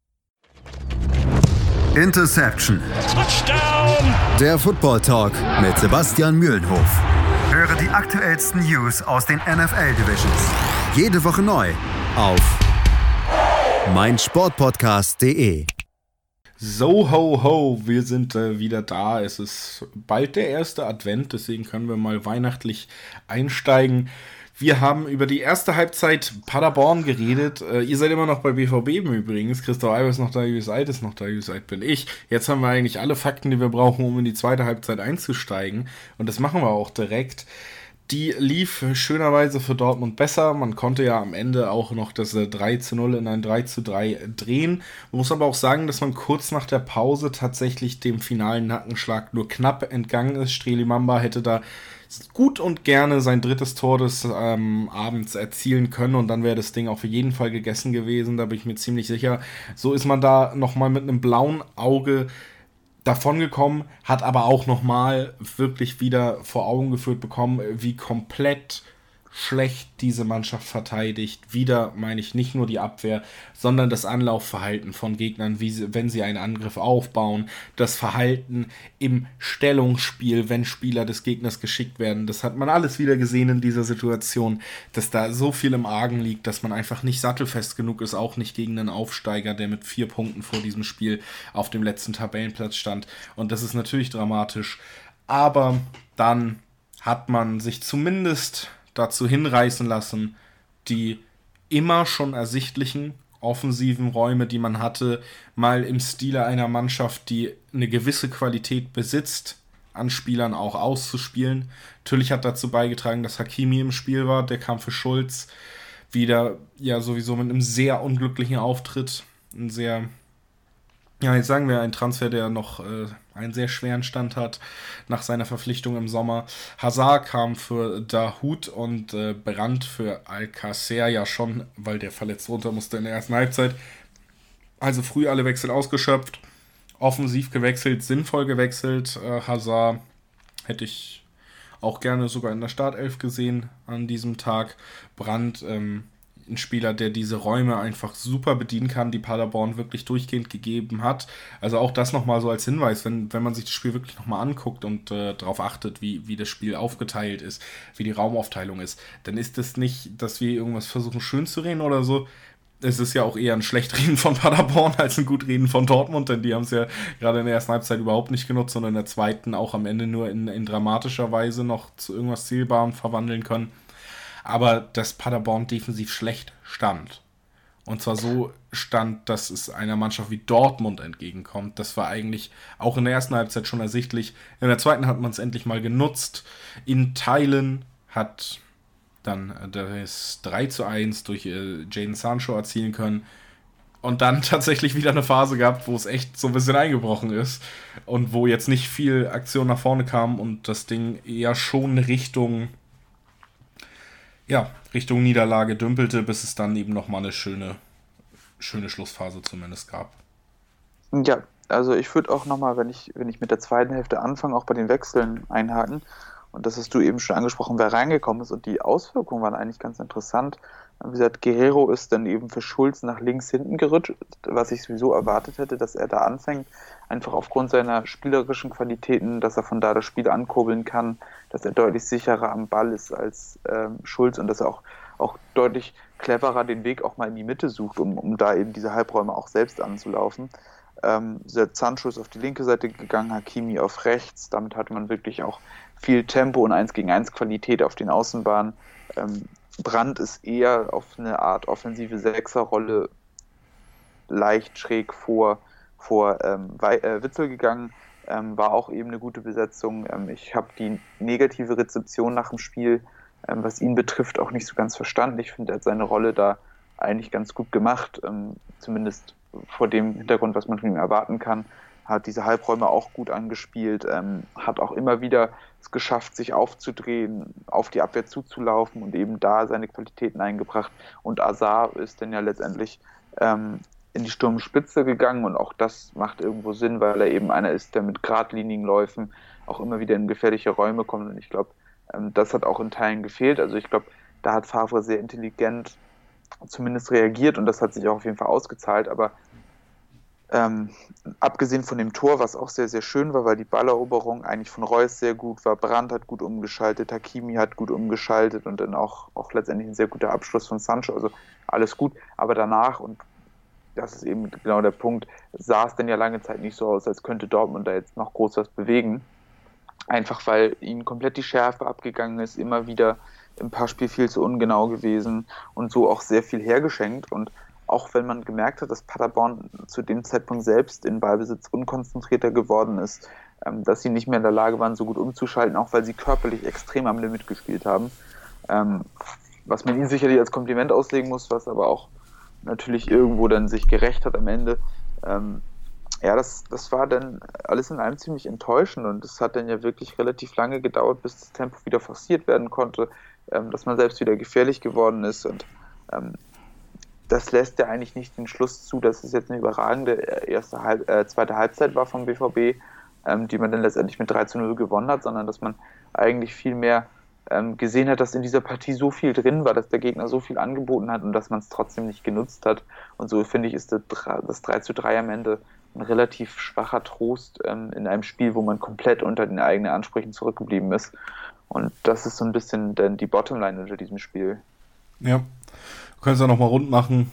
Interception.
Touchdown.
Der Football Talk mit Sebastian Mühlenhof. Höre die aktuellsten News aus den NFL Divisions. Jede Woche neu auf meinsportpodcast.de.
So, ho, ho, wir sind wieder da. Es ist bald der erste Advent, deswegen können wir mal weihnachtlich einsteigen. Wir haben über die erste Halbzeit Paderborn geredet. Ihr seid immer noch bei BVB übrigens. Christoph Albers ist noch da, Julius Eid ist noch da, Julius Eid bin ich. Jetzt haben wir eigentlich alle Fakten, die wir brauchen, um in die zweite Halbzeit einzusteigen. Und das machen wir auch direkt. Die lief schönerweise für Dortmund besser. Man konnte ja am Ende auch noch das 3:0 in ein 3:3 drehen. Man muss aber auch sagen, dass man kurz nach der Pause tatsächlich dem finalen Nackenschlag nur knapp entgangen ist. Streli Mamba hätte da gut und gerne sein drittes Tor des Abends erzielen können und dann wäre das Ding auf jeden Fall gegessen gewesen. Da bin ich mir ziemlich sicher. So ist man da nochmal mit einem blauen Auge davongekommen, hat aber auch nochmal wirklich wieder vor Augen geführt bekommen, wie komplett schlecht diese Mannschaft verteidigt. Wieder meine ich nicht nur die Abwehr, sondern das Anlaufverhalten von Gegnern, wenn sie einen Angriff aufbauen, das Verhalten im Stellungsspiel, wenn Spieler des Gegners geschickt werden. Das hat man alles wieder gesehen in dieser Situation, dass da so viel im Argen liegt, dass man einfach nicht sattelfest genug ist, auch nicht gegen einen Aufsteiger, der mit 4 Punkten vor diesem Spiel auf dem letzten Tabellenplatz stand. Und das ist natürlich dramatisch. Aber dann hat man sich zumindest dazu hinreißen lassen, die immer schon ersichtlichen offensiven Räume, die man hatte, mal im Stile einer Mannschaft, die eine gewisse Qualität besitzt, an Spielern auch auszuspielen. Natürlich hat dazu beigetragen, dass Hakimi im Spiel war, der kam für Schulz wieder ja sowieso mit einem sehr unglücklichen Auftritt, jetzt sagen wir ein Transfer, der noch einen sehr schweren Stand hat nach seiner Verpflichtung im Sommer. Hazard kam für Dahoud und Brandt für Alcacer ja schon, weil der verletzt runter musste in der ersten Halbzeit. Also früh alle Wechsel ausgeschöpft, offensiv gewechselt, sinnvoll gewechselt. Hazard hätte ich auch gerne sogar in der Startelf gesehen an diesem Tag. Brandt, ein Spieler, der diese Räume einfach super bedienen kann, die Paderborn wirklich durchgehend gegeben hat. Also auch das nochmal so als Hinweis, wenn man sich das Spiel wirklich nochmal anguckt und darauf achtet, wie das Spiel aufgeteilt ist, wie die Raumaufteilung ist, dann ist es nicht, dass wir irgendwas versuchen schön zu reden oder so. Es ist ja auch eher ein Schlechtreden von Paderborn als ein Gutreden von Dortmund, denn die haben es ja gerade in der ersten Halbzeit überhaupt nicht genutzt, sondern in der zweiten auch am Ende nur in dramatischer Weise noch zu irgendwas Zielbarem verwandeln können. Aber dass Paderborn defensiv schlecht stand. Und zwar so stand, dass es einer Mannschaft wie Dortmund entgegenkommt. Das war eigentlich auch in der ersten Halbzeit schon ersichtlich. In der zweiten hat man es endlich mal genutzt. In Teilen hat dann das 3:1 durch Jadon Sancho erzielen können. Und dann tatsächlich wieder eine Phase gehabt, wo es echt so ein bisschen eingebrochen ist. Und wo jetzt nicht viel Aktion nach vorne kam und das Ding eher schon Richtung Niederlage dümpelte, bis es dann eben nochmal eine schöne Schlussphase zumindest gab.
Ja, also ich würde auch nochmal, wenn ich mit der zweiten Hälfte anfange, auch bei den Wechseln einhaken. Und das hast du eben schon angesprochen, wer reingekommen ist. Und die Auswirkungen waren eigentlich ganz interessant. Wie gesagt, Guerrero ist dann eben für Schulz nach links hinten gerutscht, was ich sowieso erwartet hätte, dass er da anfängt. Einfach aufgrund seiner spielerischen Qualitäten, dass er von da das Spiel ankurbeln kann, dass er deutlich sicherer am Ball ist als Schulz und dass er auch deutlich cleverer den Weg auch mal in die Mitte sucht, um da eben diese Halbräume auch selbst anzulaufen. Sancho ist auf die linke Seite gegangen, Hakimi auf rechts. Damit hatte man wirklich auch viel Tempo und 1-gegen-1 Qualität auf den Außenbahnen. Brandt ist eher auf eine Art offensive Sechserrolle leicht schräg vor Witzel gegangen. war auch eben eine gute Besetzung. Ich habe die negative Rezeption nach dem Spiel, was ihn betrifft, auch nicht so ganz verstanden. Ich finde, er hat seine Rolle da eigentlich ganz gut gemacht, zumindest vor dem Hintergrund, was man von ihm erwarten kann. Hat diese Halbräume auch gut angespielt, hat auch immer wieder es geschafft, sich aufzudrehen, auf die Abwehr zuzulaufen und eben da seine Qualitäten eingebracht. Und Azar ist dann ja letztendlich in die Sturmspitze gegangen und auch das macht irgendwo Sinn, weil er eben einer ist, der mit geradlinigen Läufen auch immer wieder in gefährliche Räume kommt und ich glaube, das hat auch in Teilen gefehlt. Also ich glaube, da hat Favre sehr intelligent zumindest reagiert und das hat sich auch auf jeden Fall ausgezahlt, aber abgesehen von dem Tor, was auch sehr, sehr schön war, weil die Balleroberung eigentlich von Reus sehr gut war, Brandt hat gut umgeschaltet, Hakimi hat gut umgeschaltet und dann auch letztendlich ein sehr guter Abschluss von Sancho, also alles gut, aber danach, und das ist eben genau der Punkt, sah es denn ja lange Zeit nicht so aus, als könnte Dortmund da jetzt noch groß was bewegen, einfach weil ihnen komplett die Schärfe abgegangen ist, immer wieder im Passspiel viel zu ungenau gewesen und so auch sehr viel hergeschenkt und auch wenn man gemerkt hat, dass Paderborn zu dem Zeitpunkt selbst in Ballbesitz unkonzentrierter geworden ist, dass sie nicht mehr in der Lage waren, so gut umzuschalten, auch weil sie körperlich extrem am Limit gespielt haben. Was man ihnen sicherlich als Kompliment auslegen muss, was aber auch natürlich irgendwo dann sich gerecht hat am Ende. Das war dann alles in allem ziemlich enttäuschend und es hat dann ja wirklich relativ lange gedauert, bis das Tempo wieder forciert werden konnte, dass man selbst wieder gefährlich geworden ist und das lässt ja eigentlich nicht den Schluss zu, dass es jetzt eine überragende zweite Halbzeit war vom BVB, die man dann letztendlich mit 3:0 gewonnen hat, sondern dass man eigentlich viel mehr gesehen hat, dass in dieser Partie so viel drin war, dass der Gegner so viel angeboten hat und dass man es trotzdem nicht genutzt hat. Und so finde ich, ist das 3:3 am Ende ein relativ schwacher Trost in einem Spiel, wo man komplett unter den eigenen Ansprüchen zurückgeblieben ist. Und das ist so ein bisschen dann die Bottomline unter diesem Spiel.
Ja. Du kannst ja nochmal rund machen.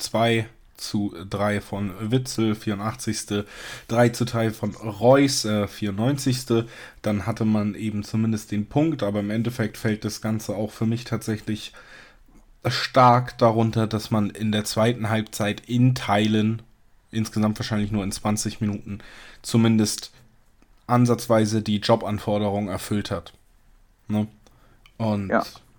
2:3 von Witzel, 84. 3:3 von Reus, 94. Dann hatte man eben zumindest den Punkt, aber im Endeffekt fällt das Ganze auch für mich tatsächlich stark darunter, dass man in der zweiten Halbzeit in Teilen, insgesamt wahrscheinlich nur in 20 Minuten, zumindest ansatzweise die Jobanforderungen erfüllt hat. Ne? Und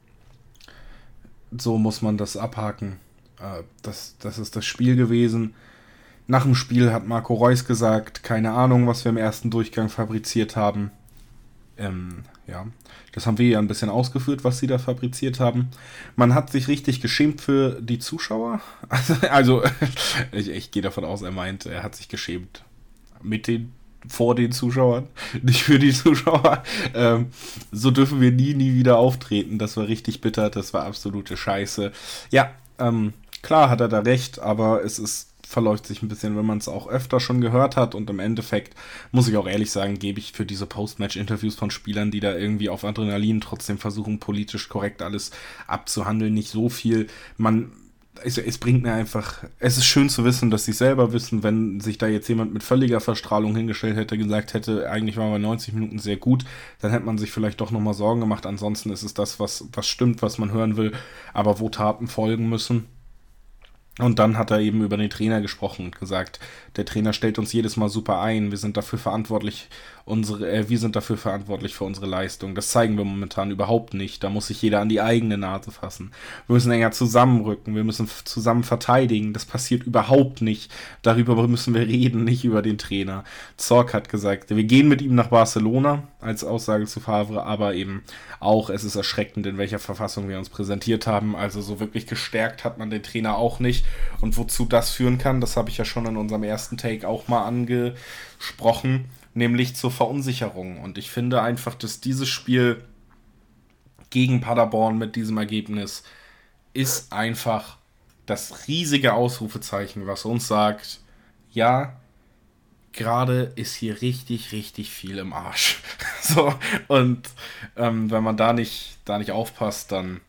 so muss man das abhaken. Das ist das Spiel gewesen. Nach dem Spiel hat Marco Reus gesagt, keine Ahnung, was wir im ersten Durchgang fabriziert haben. Das haben wir ja ein bisschen ausgeführt, was sie da fabriziert haben. Man hat sich richtig geschämt für die Zuschauer. Also ich gehe davon aus, er hat sich geschämt vor den Zuschauern, nicht für die Zuschauer. So dürfen wir nie wieder auftreten. Das war richtig bitter, das war absolute Scheiße. Ja, klar hat er da recht, aber verläuft sich ein bisschen, wenn man es auch öfter schon gehört hat und im Endeffekt, muss ich auch ehrlich sagen, gebe ich für diese Post-Match-Interviews von Spielern, die da irgendwie auf Adrenalin trotzdem versuchen, politisch korrekt alles abzuhandeln, nicht so viel. Es bringt mir einfach, es ist schön zu wissen, dass sie selber wissen, wenn sich da jetzt jemand mit völliger Verstrahlung hingestellt hätte, gesagt hätte, eigentlich waren wir 90 Minuten sehr gut, dann hätte man sich vielleicht doch nochmal Sorgen gemacht. Ansonsten ist es das, was stimmt, was man hören will, aber wo Taten folgen müssen. Und dann hat er eben über den Trainer gesprochen und gesagt, der Trainer stellt uns jedes Mal super ein, wir sind dafür verantwortlich für unsere Leistung. Das zeigen wir momentan überhaupt nicht. Da muss sich jeder an die eigene Nase fassen. Wir müssen enger zusammenrücken, wir müssen zusammen verteidigen. Das passiert überhaupt nicht. Darüber müssen wir reden, nicht über den Trainer. Zorc hat gesagt, wir gehen mit ihm nach Barcelona, als Aussage zu Favre, aber eben auch, es ist erschreckend, in welcher Verfassung wir uns präsentiert haben. Also so wirklich gestärkt hat man den Trainer auch nicht. Und wozu das führen kann, das habe ich ja schon in unserem ersten Take auch mal angesprochen, nämlich zur Verunsicherung. Und ich finde einfach, dass dieses Spiel gegen Paderborn mit diesem Ergebnis ist einfach das riesige Ausrufezeichen, was uns sagt, ja, gerade ist hier richtig, richtig viel im Arsch. So, und wenn man da nicht aufpasst, dann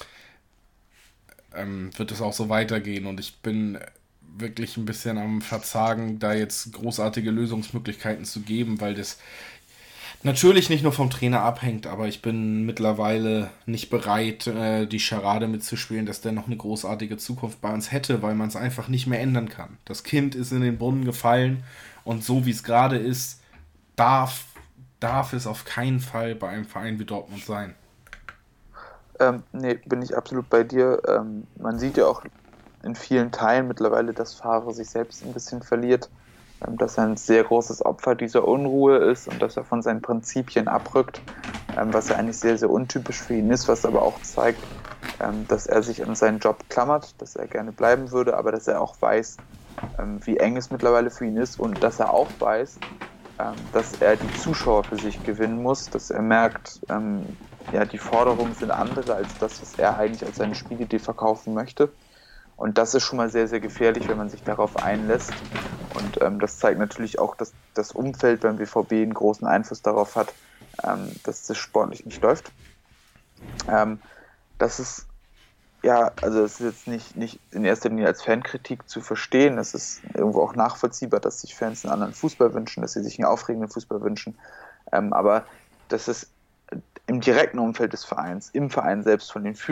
wird es auch so weitergehen. Und ich bin wirklich ein bisschen am Verzagen, da jetzt großartige Lösungsmöglichkeiten zu geben, weil das natürlich nicht nur vom Trainer abhängt, aber ich bin mittlerweile nicht bereit, die Scharade mitzuspielen, dass der noch eine großartige Zukunft bei uns hätte, weil man es einfach nicht mehr ändern kann. Das Kind ist in den Brunnen gefallen und so wie es gerade ist, darf es auf keinen Fall bei einem Verein wie Dortmund sein.
Nee, bin ich absolut bei dir. Man sieht ja auch in vielen Teilen mittlerweile, dass Favre sich selbst ein bisschen verliert, dass er ein sehr großes Opfer dieser Unruhe ist und dass er von seinen Prinzipien abrückt, was ja eigentlich sehr, sehr untypisch für ihn ist, was aber auch zeigt, dass er sich an seinen Job klammert, dass er gerne bleiben würde, aber dass er auch weiß, wie eng es mittlerweile für ihn ist und dass er auch weiß, dass er die Zuschauer für sich gewinnen muss, dass er merkt, die Forderungen sind andere als das, was er eigentlich als seine Spielidee verkaufen möchte. Und das ist schon mal sehr, sehr gefährlich, wenn man sich darauf einlässt. Und das zeigt natürlich auch, dass das Umfeld beim BVB einen großen Einfluss darauf hat, dass das sportlich nicht läuft. Das ist, also es ist jetzt nicht in erster Linie als Fankritik zu verstehen. Es ist irgendwo auch nachvollziehbar, dass sich Fans einen anderen Fußball wünschen, dass sie sich einen aufregenden Fußball wünschen. Aber das ist im direkten Umfeld des Vereins, im Verein selbst, von den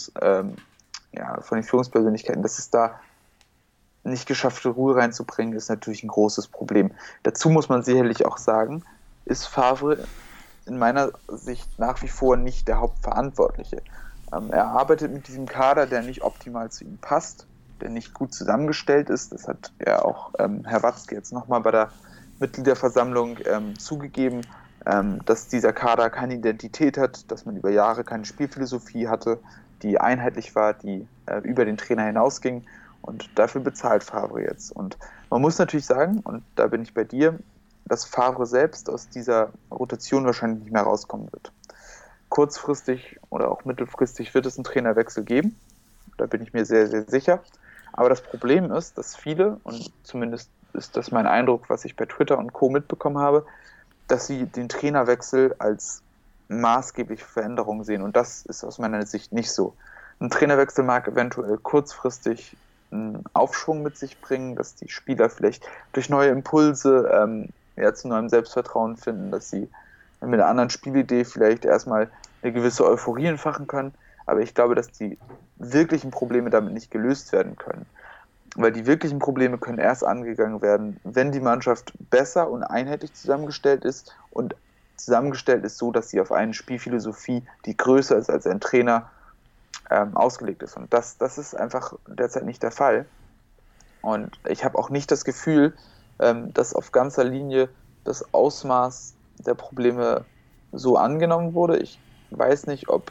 Führungspersönlichkeiten, dass es da nicht geschafft wird, Ruhe reinzubringen, ist natürlich ein großes Problem. Dazu muss man sicherlich auch sagen, ist Favre in meiner Sicht nach wie vor nicht der Hauptverantwortliche. Er arbeitet mit diesem Kader, der nicht optimal zu ihm passt, der nicht gut zusammengestellt ist. Das hat ja auch Herr Watzke jetzt nochmal bei der Mitgliederversammlung zugegeben, dass dieser Kader keine Identität hat, dass man über Jahre keine Spielphilosophie hatte, die einheitlich war, die über den Trainer hinausging, und dafür bezahlt Favre jetzt. Und man muss natürlich sagen, und da bin ich bei dir, dass Favre selbst aus dieser Rotation wahrscheinlich nicht mehr rauskommen wird. Kurzfristig oder auch mittelfristig wird es einen Trainerwechsel geben, da bin ich mir sehr, sehr sicher. Aber das Problem ist, dass viele, und zumindest ist das mein Eindruck, was ich bei Twitter und Co. mitbekommen habe, dass sie den Trainerwechsel als maßgebliche Veränderung sehen. Und das ist aus meiner Sicht nicht so. Ein Trainerwechsel mag eventuell kurzfristig einen Aufschwung mit sich bringen, dass die Spieler vielleicht durch neue Impulse zu neuem Selbstvertrauen finden, dass sie mit einer anderen Spielidee vielleicht erstmal eine gewisse Euphorie entfachen können. Aber ich glaube, dass die wirklichen Probleme damit nicht gelöst werden können. Weil die wirklichen Probleme können erst angegangen werden, wenn die Mannschaft besser und einheitlich zusammengestellt ist und zusammengestellt ist so, dass sie auf eine Spielphilosophie, die größer ist als ein Trainer, ausgelegt ist. Und das ist einfach derzeit nicht der Fall. Und ich habe auch nicht das Gefühl, dass auf ganzer Linie das Ausmaß der Probleme so angenommen wurde. Ich weiß nicht, ob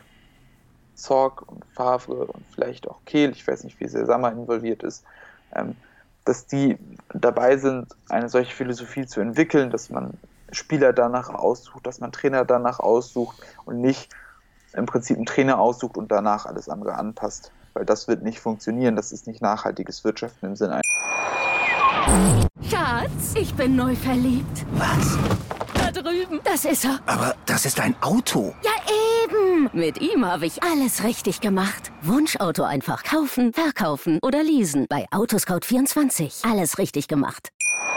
Zorc und Favre und vielleicht auch Kehl, ich weiß nicht, wie sehr Sammer involviert ist, dass die dabei sind, eine solche Philosophie zu entwickeln, dass man Spieler danach aussucht, dass man Trainer danach aussucht und nicht im Prinzip einen Trainer aussucht und danach alles andere anpasst. Weil das wird nicht funktionieren, das ist nicht nachhaltiges Wirtschaften im Sinne.
Schatz, ich bin neu verliebt.
Was?
Da drüben. Das ist er.
Aber das ist ein Auto.
Ja, eben. Mit ihm habe ich alles richtig gemacht. Wunschauto einfach kaufen, verkaufen oder leasen. Bei Autoscout24. Alles richtig gemacht.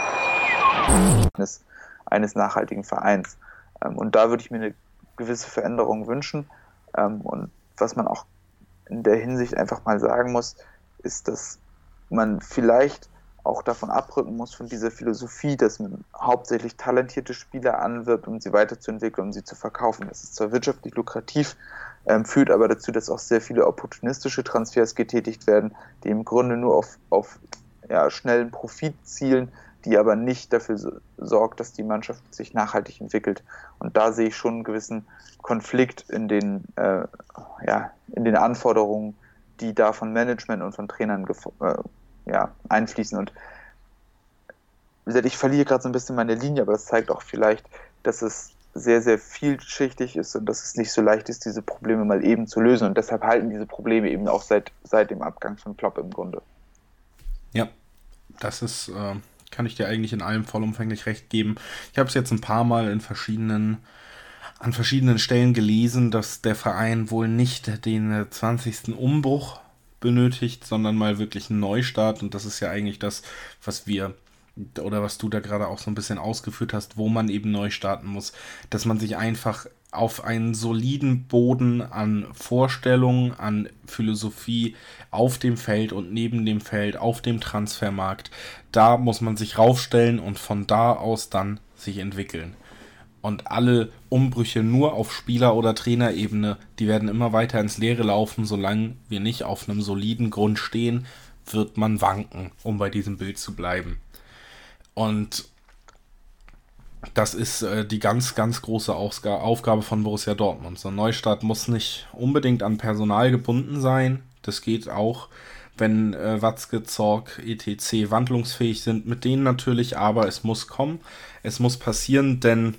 Eines nachhaltigen Vereins. Und da würde ich mir eine gewisse Veränderung wünschen. Und was man auch in der Hinsicht einfach mal sagen muss, ist, dass man vielleicht auch davon abrücken muss, von dieser Philosophie, dass man hauptsächlich talentierte Spieler anwirbt, um sie weiterzuentwickeln, um sie zu verkaufen. Das ist zwar wirtschaftlich lukrativ, führt aber dazu, dass auch sehr viele opportunistische Transfers getätigt werden, die im Grunde nur auf schnellen Profit zielen, die aber nicht dafür sorgt, dass die Mannschaft sich nachhaltig entwickelt. Und da sehe ich schon einen gewissen Konflikt in den Anforderungen, die da von Management und von Trainern einfließen. Und wie gesagt, ich verliere gerade so ein bisschen meine Linie, aber das zeigt auch vielleicht, dass es sehr, sehr vielschichtig ist und dass es nicht so leicht ist, diese Probleme mal eben zu lösen. Und deshalb halten diese Probleme eben auch seit dem Abgang von Klopp im Grunde.
Ja, das ist, kann ich dir eigentlich in allem vollumfänglich recht geben. Ich habe es jetzt ein paar Mal an verschiedenen Stellen gelesen, dass der Verein wohl nicht den 20. Umbruch benötigt, sondern mal wirklich einen Neustart. Und das ist ja eigentlich das, was du da gerade auch so ein bisschen ausgeführt hast, wo man eben neu starten muss, dass man sich einfach auf einen soliden Boden an Vorstellungen, an Philosophie auf dem Feld und neben dem Feld, auf dem Transfermarkt, da muss man sich raufstellen und von da aus dann sich entwickeln. Und alle Umbrüche nur auf Spieler- oder Trainerebene, die werden immer weiter ins Leere laufen. Solange wir nicht auf einem soliden Grund stehen, wird man wanken, um bei diesem Bild zu bleiben. Und das ist die ganz, ganz große Aufgabe von Borussia Dortmund. So ein Neustart muss nicht unbedingt an Personal gebunden sein. Das geht auch, wenn Watzke, Zorc, etc. wandlungsfähig sind. Mit denen natürlich, aber es muss kommen. Es muss passieren, denn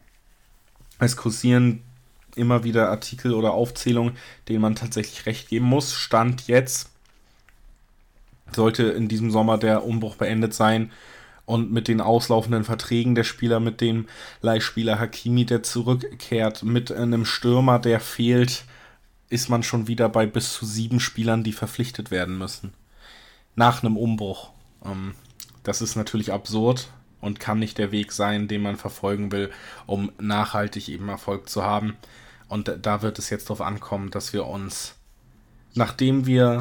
es kursieren immer wieder Artikel oder Aufzählungen, denen man tatsächlich recht geben muss. Stand jetzt sollte in diesem Sommer der Umbruch beendet sein. Und mit den auslaufenden Verträgen der Spieler, mit dem Leihspieler Hakimi, der zurückkehrt, mit einem Stürmer, der fehlt, ist man schon wieder bei bis zu 7 Spielern, die verpflichtet werden müssen. Nach einem Umbruch. Das ist natürlich absurd und kann nicht der Weg sein, den man verfolgen will, um nachhaltig eben Erfolg zu haben. Und da wird es jetzt darauf ankommen, dass wir uns, nachdem wir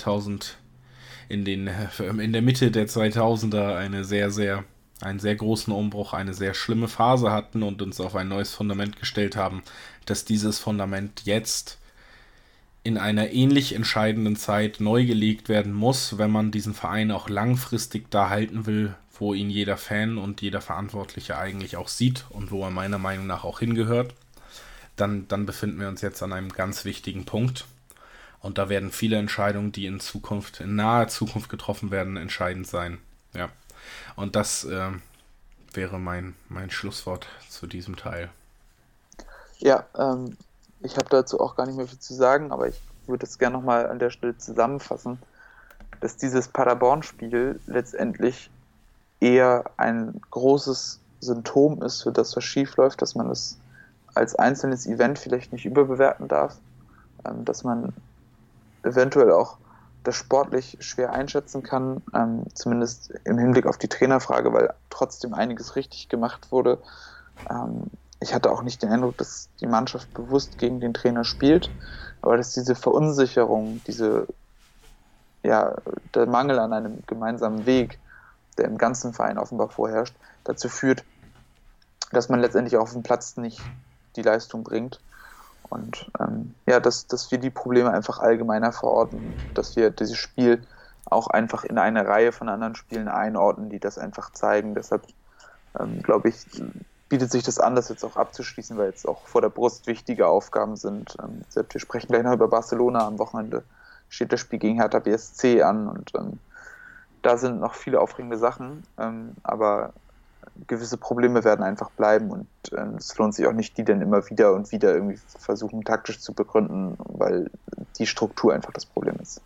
in der Mitte der 2000er einen sehr großen Umbruch, eine sehr schlimme Phase hatten und uns auf ein neues Fundament gestellt haben, dass dieses Fundament jetzt in einer ähnlich entscheidenden Zeit neu gelegt werden muss, wenn man diesen Verein auch langfristig da halten will, wo ihn jeder Fan und jeder Verantwortliche eigentlich auch sieht und wo er meiner Meinung nach auch hingehört. Dann befinden wir uns jetzt an einem ganz wichtigen Punkt. Und da werden viele Entscheidungen, die in naher Zukunft getroffen werden, entscheidend sein. Ja. Und das wäre mein Schlusswort zu diesem Teil.
Ja, ich habe dazu auch gar nicht mehr viel zu sagen, aber ich würde es gerne nochmal an der Stelle zusammenfassen, dass dieses Paderborn-Spiel letztendlich eher ein großes Symptom ist für das, was schief läuft, dass man es als einzelnes Event vielleicht nicht überbewerten darf, dass man eventuell auch das sportlich schwer einschätzen kann, zumindest im Hinblick auf die Trainerfrage, weil trotzdem einiges richtig gemacht wurde. Ich hatte auch nicht den Eindruck, dass die Mannschaft bewusst gegen den Trainer spielt, aber dass diese Verunsicherung, der Mangel an einem gemeinsamen Weg, der im ganzen Verein offenbar vorherrscht, dazu führt, dass man letztendlich auf dem Platz nicht die Leistung bringt. Und dass wir die Probleme einfach allgemeiner verorten, dass wir dieses Spiel auch einfach in eine Reihe von anderen Spielen einordnen, die das einfach zeigen. Deshalb glaube ich, bietet sich das an, das jetzt auch abzuschließen, weil jetzt auch vor der Brust wichtige Aufgaben sind. Wir sprechen gleich noch über Barcelona. Am Wochenende steht das Spiel gegen Hertha BSC an und da sind noch viele aufregende Sachen, aber gewisse Probleme werden einfach bleiben und es lohnt sich auch nicht, die dann immer wieder und wieder irgendwie versuchen taktisch zu begründen, weil die Struktur einfach das Problem ist.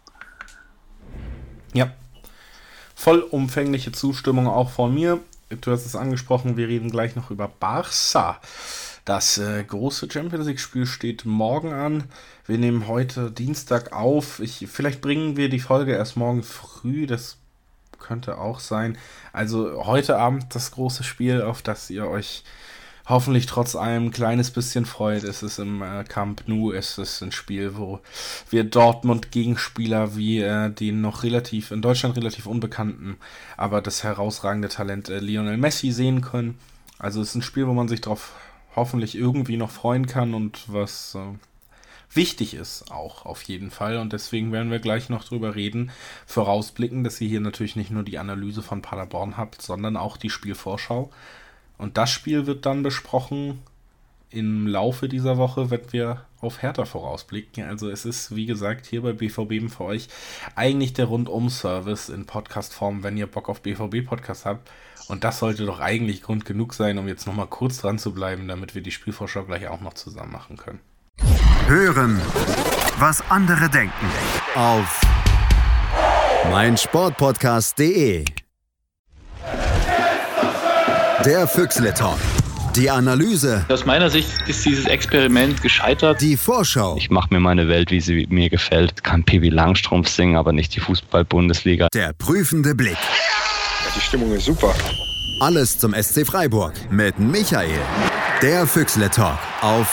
Ja, vollumfängliche Zustimmung auch von mir. Du hast es angesprochen, wir reden gleich noch über Barca. Das große Champions-League-Spiel steht morgen an. Wir nehmen heute Dienstag auf. Vielleicht bringen wir die Folge erst morgen früh, das könnte auch sein. Also heute Abend das große Spiel, auf das ihr euch hoffentlich trotz allem ein kleines bisschen freut. Es ist im Camp Nou, es ist ein Spiel, wo wir Dortmund-Gegenspieler wie den noch in Deutschland relativ unbekannten, aber das herausragende Talent Lionel Messi sehen können. Also es ist ein Spiel, wo man sich drauf hoffentlich irgendwie noch freuen kann und was wichtig ist auch auf jeden Fall. Und deswegen werden wir gleich noch drüber reden, vorausblicken, dass ihr hier natürlich nicht nur die Analyse von Paderborn habt, sondern auch die Spielvorschau. Und das Spiel wird dann besprochen im Laufe dieser Woche, wenn wir auf Hertha vorausblicken. Also es ist, wie gesagt, hier bei BVB für euch eigentlich der Rundum-Service in Podcast-Form, wenn ihr Bock auf BVB-Podcast habt. Und das sollte doch eigentlich Grund genug sein, um jetzt nochmal kurz dran zu bleiben, damit wir die Spielvorschau gleich auch noch zusammen machen können.
Hören, was andere denken. Auf meinsportpodcast.de. Der Füchsle-Talk. Die Analyse.
Aus meiner Sicht ist dieses Experiment gescheitert.
Die Vorschau.
Ich mache mir meine Welt, wie sie mir gefällt. Ich kann Pippi Langstrumpf singen, aber nicht die Fußball-Bundesliga.
Der prüfende Blick.
Die Stimmung ist super.
Alles zum SC Freiburg mit Michael. Der Füchsle-Talk auf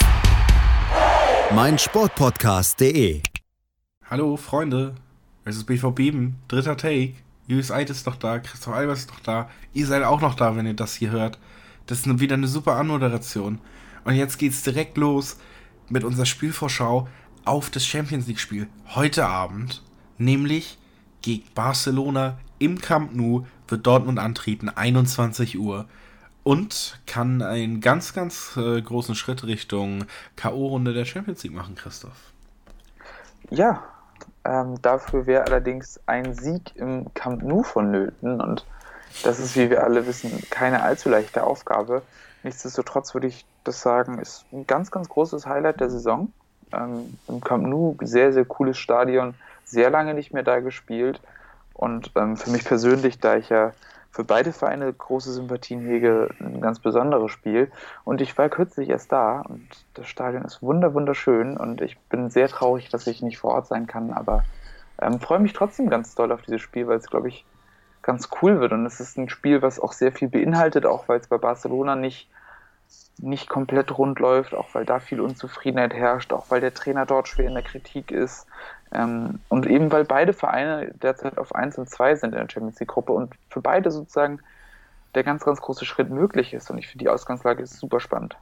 meinsportpodcast.de.
Hallo Freunde, es ist BVB, dritter Take. Julius Eid ist noch da, Christoph Albers ist noch da. Ihr seid auch noch da, wenn ihr das hier hört. Das ist wieder eine super Anmoderation. Und jetzt geht's direkt los mit unserer Spielvorschau auf das Champions-League-Spiel heute Abend, nämlich gegen Barcelona im Camp Nou wird Dortmund antreten, 21 Uhr. Und kann einen ganz, ganz großen Schritt Richtung K.O.-Runde der Champions League machen, Christoph.
Ja, dafür wäre allerdings ein Sieg im Camp Nou vonnöten. Und das ist, wie wir alle wissen, keine allzu leichte Aufgabe. Nichtsdestotrotz würde ich das sagen, ist ein ganz, ganz großes Highlight der Saison. Im Camp Nou, sehr, sehr cooles Stadion, sehr lange nicht mehr da gespielt. Und für mich persönlich, da ich ja für beide Vereine große Sympathien hege, ein ganz besonderes Spiel. Und ich war kürzlich erst da und das Stadion ist wunderschön und ich bin sehr traurig, dass ich nicht vor Ort sein kann, aber freue mich trotzdem ganz doll auf dieses Spiel, weil es, glaube ich, ganz cool wird. Und es ist ein Spiel, was auch sehr viel beinhaltet, auch weil es bei Barcelona nicht komplett rund läuft, auch weil da viel Unzufriedenheit herrscht, auch weil der Trainer dort schwer in der Kritik ist. Und eben weil beide Vereine derzeit auf 1 und 2 sind in der Champions League-Gruppe und für beide sozusagen der ganz, ganz große Schritt möglich ist. Und ich finde, die Ausgangslage ist super spannend.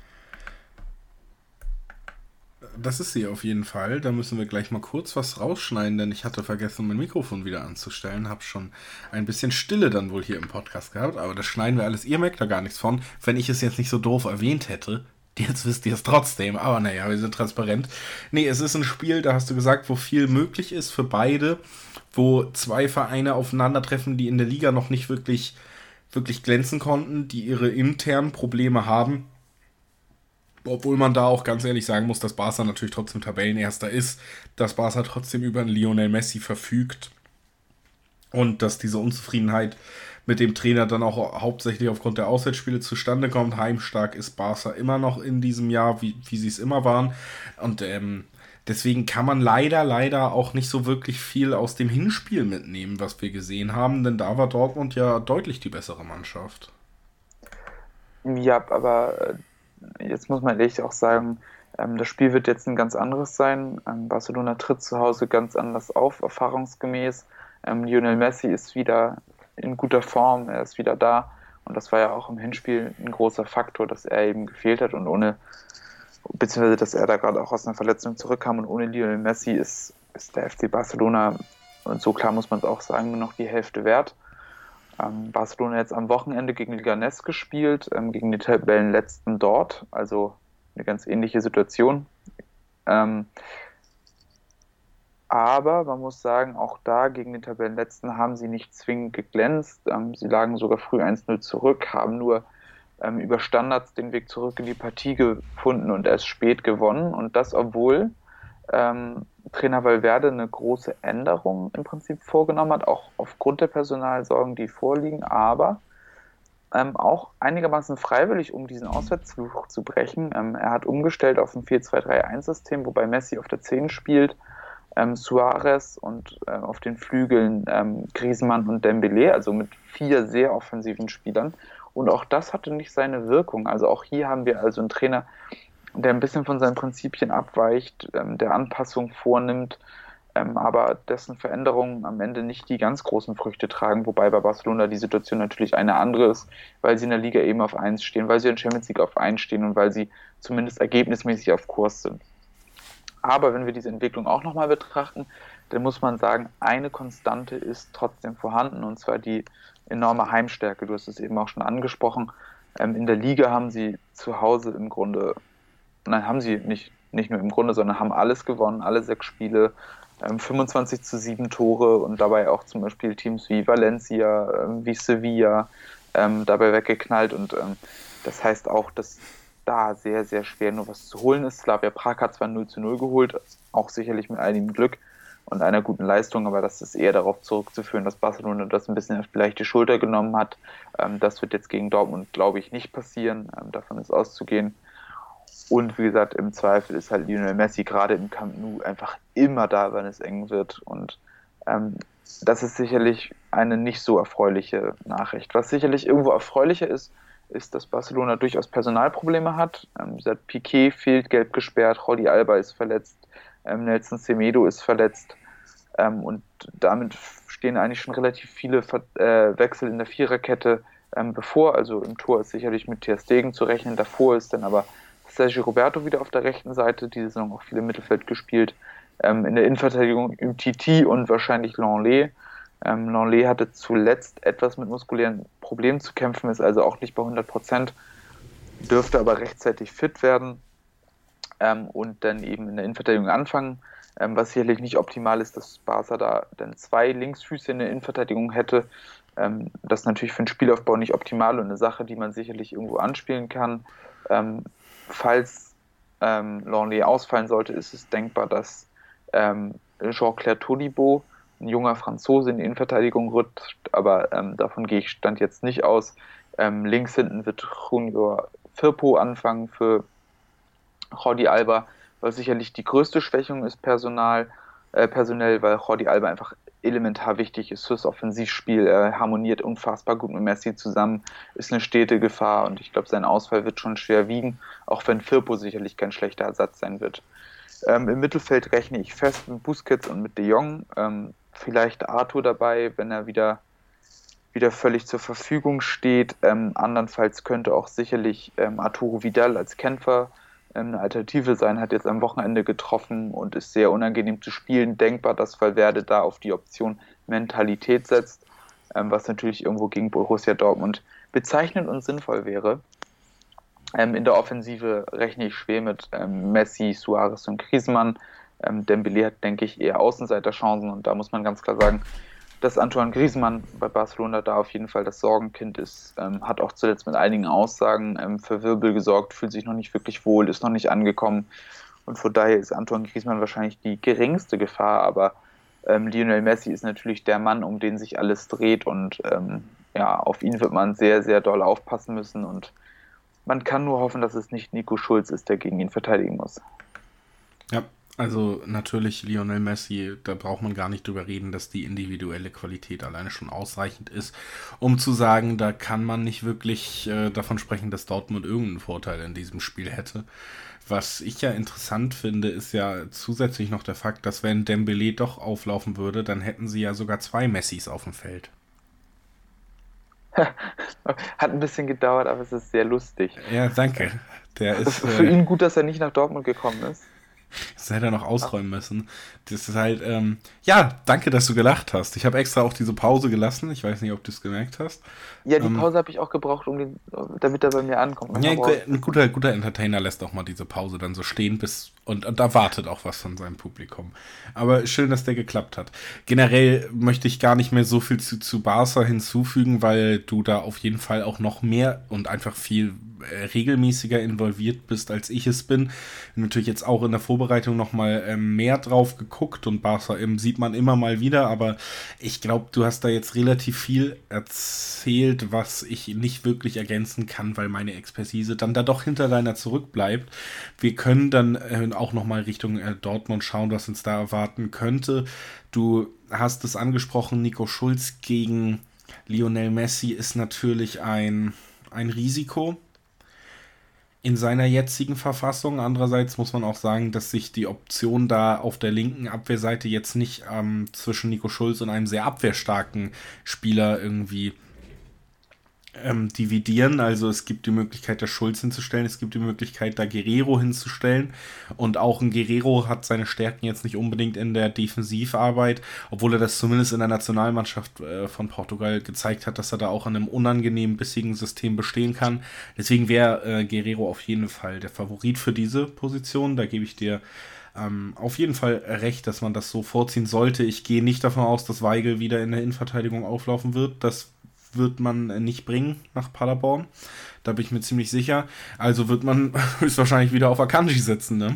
Das ist sie auf jeden Fall. Da müssen wir gleich mal kurz was rausschneiden, denn ich hatte vergessen, mein Mikrofon wieder anzustellen. Habe schon ein bisschen Stille dann wohl hier im Podcast gehabt, aber das schneiden wir alles. Ihr merkt da gar nichts von, wenn ich es jetzt nicht so doof erwähnt hätte. Jetzt wisst ihr es trotzdem, aber naja, wir sind transparent. Nee, es ist ein Spiel, da hast du gesagt, wo viel möglich ist für beide, wo zwei Vereine aufeinandertreffen, die in der Liga noch nicht wirklich glänzen konnten, die ihre internen Probleme haben. Obwohl man da auch ganz ehrlich sagen muss, dass Barca natürlich trotzdem Tabellenerster ist, dass Barca trotzdem über einen Lionel Messi verfügt und dass diese Unzufriedenheit mit dem Trainer dann auch hauptsächlich aufgrund der Auswärtsspiele zustande kommt. Heimstark ist Barca immer noch in diesem Jahr, wie sie es immer waren. Und deswegen kann man leider auch nicht so wirklich viel aus dem Hinspiel mitnehmen, was wir gesehen haben, denn da war Dortmund ja deutlich die bessere Mannschaft.
Ja, aber jetzt muss man ehrlich auch sagen, das Spiel wird jetzt ein ganz anderes sein. Barcelona tritt zu Hause ganz anders auf, erfahrungsgemäß. Lionel Messi ist wieder in guter Form, er ist wieder da. Und das war ja auch im Hinspiel ein großer Faktor, dass er eben gefehlt hat und beziehungsweise dass er da gerade auch aus einer Verletzung zurückkam und ohne Lionel Messi ist der FC Barcelona, und so klar muss man es auch sagen, nur noch die Hälfte wert. Barcelona jetzt am Wochenende gegen Leganés gespielt, gegen die Tabellenletzten dort, also eine ganz ähnliche Situation. Aber man muss sagen, auch da gegen den Tabellenletzten haben sie nicht zwingend geglänzt. Sie lagen sogar früh 1-0 zurück, haben nur über Standards den Weg zurück in die Partie gefunden und erst spät gewonnen. Und das, obwohl Trainer Valverde eine große Änderung im Prinzip vorgenommen hat, auch aufgrund der Personalsorgen, die vorliegen, aber auch einigermaßen freiwillig, um diesen Auswärtsfluch zu brechen. Er hat umgestellt auf ein 4-2-3-1-System, wobei Messi auf der 10 spielt, Suarez und auf den Flügeln Griezmann und Dembélé, also mit 4 sehr offensiven Spielern. Und auch das hatte nicht seine Wirkung. Also auch hier haben wir also einen Trainer, der ein bisschen von seinen Prinzipien abweicht, der Anpassung vornimmt, aber dessen Veränderungen am Ende nicht die ganz großen Früchte tragen, wobei bei Barcelona die Situation natürlich eine andere ist, weil sie in der Liga eben auf 1 stehen, weil sie in der Champions League auf 1 stehen und weil sie zumindest ergebnismäßig auf Kurs sind. Aber wenn wir diese Entwicklung auch nochmal betrachten, dann muss man sagen, eine Konstante ist trotzdem vorhanden, und zwar die enorme Heimstärke. Du hast es eben auch schon angesprochen. In der Liga haben sie zu Hause im Grunde, nein, haben sie nicht nur im Grunde, sondern haben alles gewonnen, alle 6 Spiele, 25-7 Tore und dabei auch zum Beispiel Teams wie Valencia, wie Sevilla dabei weggeknallt. Und das heißt auch, dass da sehr, sehr schwer nur was zu holen ist. Slavia Prag hat zwar 0-0 geholt, auch sicherlich mit einigem Glück und einer guten Leistung, aber das ist eher darauf zurückzuführen, dass Barcelona das ein bisschen auf die leichte Schulter genommen hat. Das wird jetzt gegen Dortmund, glaube ich, nicht passieren. Davon ist auszugehen. Und wie gesagt, im Zweifel ist halt Lionel Messi gerade im Camp Nou einfach immer da, wenn es eng wird. Und das ist sicherlich eine nicht so erfreuliche Nachricht. Was sicherlich irgendwo erfreulicher ist, dass Barcelona durchaus Personalprobleme hat. Piqué fehlt, gelb gesperrt, Jordi Alba ist verletzt, Nelson Semedo ist verletzt. Und damit stehen eigentlich schon relativ viele Wechsel in der Viererkette bevor. Also im Tor ist sicherlich mit Ter Stegen zu rechnen. Davor ist dann aber Sergio Roberto wieder auf der rechten Seite. Diese Saison auch viel im Mittelfeld gespielt. In der Innenverteidigung Umtiti und wahrscheinlich Lenglet. Lenglet hatte zuletzt etwas mit muskulären Problemen zu kämpfen, ist also auch nicht bei 100%, dürfte aber rechtzeitig fit werden und dann eben in der Innenverteidigung anfangen. Was sicherlich nicht optimal ist, dass Barca da dann 2 Linksfüße in der Innenverteidigung hätte. Das ist natürlich für den Spielaufbau nicht optimal und eine Sache, die man sicherlich irgendwo anspielen kann. Falls Lenglet ausfallen sollte, ist es denkbar, dass Jean-Claire Todibo, ein junger Franzose, in die Innenverteidigung rutscht, aber davon gehe ich Stand jetzt nicht aus. Links hinten wird Junior Firpo anfangen für Jordi Alba, was sicherlich die größte Schwächung ist personell, weil Jordi Alba einfach elementar wichtig ist fürs Offensivspiel. Er harmoniert unfassbar gut mit Messi zusammen, ist eine stete Gefahr und ich glaube, sein Ausfall wird schon schwer wiegen, auch wenn Firpo sicherlich kein schlechter Ersatz sein wird. Im Mittelfeld rechne ich fest mit Busquets und mit De Jong. Vielleicht Arthur dabei, wenn er wieder völlig zur Verfügung steht. Andernfalls könnte auch sicherlich Arturo Vidal als Kämpfer eine Alternative sein, hat jetzt am Wochenende getroffen und ist sehr unangenehm zu spielen. Denkbar, dass Valverde da auf die Option Mentalität setzt, was natürlich irgendwo gegen Borussia Dortmund bezeichnend und sinnvoll wäre. In der Offensive rechne ich schwer mit Messi, Suarez und Griezmann. Dembélé hat, denke ich, eher Außenseiterchancen und da muss man ganz klar sagen, dass Antoine Griezmann bei Barcelona da auf jeden Fall das Sorgenkind ist, hat auch zuletzt mit einigen Aussagen für Wirbel gesorgt, fühlt sich noch nicht wirklich wohl, ist noch nicht angekommen und von daher ist Antoine Griezmann wahrscheinlich die geringste Gefahr, aber Lionel Messi ist natürlich der Mann, um den sich alles dreht und auf ihn wird man sehr, sehr doll aufpassen müssen und man kann nur hoffen, dass es nicht Nico Schulz ist, der gegen ihn verteidigen muss.
Ja, also natürlich Lionel Messi, da braucht man gar nicht drüber reden, dass die individuelle Qualität alleine schon ausreichend ist, um zu sagen, da kann man nicht wirklich davon sprechen, dass Dortmund irgendeinen Vorteil in diesem Spiel hätte. Was ich ja interessant finde, ist ja zusätzlich noch der Fakt, dass wenn Dembélé doch auflaufen würde, dann hätten sie ja sogar 2 Messis auf dem Feld.
Hat ein bisschen gedauert, aber es ist sehr lustig.
Ja, danke. Der ist
für ihn gut, dass er nicht nach Dortmund gekommen ist.
Das hätte er noch ausräumen müssen. Das ist halt, danke, dass du gelacht hast. Ich habe extra auch diese Pause gelassen. Ich weiß nicht, ob du es gemerkt hast.
Ja, die Pause habe ich auch gebraucht, damit er bei mir ankommt.
Ja, ein guter Entertainer lässt auch mal diese Pause dann so stehen und da wartet auch was von seinem Publikum. Aber schön, dass der geklappt hat. Generell möchte ich gar nicht mehr so viel zu Barca hinzufügen, weil du da auf jeden Fall auch noch mehr und einfach viel regelmäßiger involviert bist, als ich es bin. Natürlich jetzt auch in der Vorbereitung nochmal mehr drauf geguckt und Barca sieht man immer mal wieder, aber ich glaube, du hast da jetzt relativ viel erzählt, was ich nicht wirklich ergänzen kann, weil meine Expertise dann da doch hinter deiner zurückbleibt. Wir können dann auch nochmal Richtung Dortmund schauen, was uns da erwarten könnte. Du hast es angesprochen, Nico Schulz gegen Lionel Messi ist natürlich ein Risiko in seiner jetzigen Verfassung. Andererseits muss man auch sagen, dass sich die Option da auf der linken Abwehrseite jetzt nicht zwischen Nico Schulz und einem sehr abwehrstarken Spieler irgendwie dividieren. Also es gibt die Möglichkeit, da Schulz hinzustellen, es gibt die Möglichkeit, da Guerreiro hinzustellen und auch ein Guerreiro hat seine Stärken jetzt nicht unbedingt in der Defensivarbeit, obwohl er das zumindest in der Nationalmannschaft von Portugal gezeigt hat, dass er da auch in einem unangenehmen, bissigen System bestehen kann. Deswegen wäre Guerreiro auf jeden Fall der Favorit für diese Position. Da gebe ich dir auf jeden Fall recht, dass man das so vorziehen sollte. Ich gehe nicht davon aus, dass Weigl wieder in der Innenverteidigung auflaufen wird. Das wird man nicht bringen nach Paderborn. Da bin ich mir ziemlich sicher. Also wird man höchstwahrscheinlich wieder auf Akanji setzen, ne?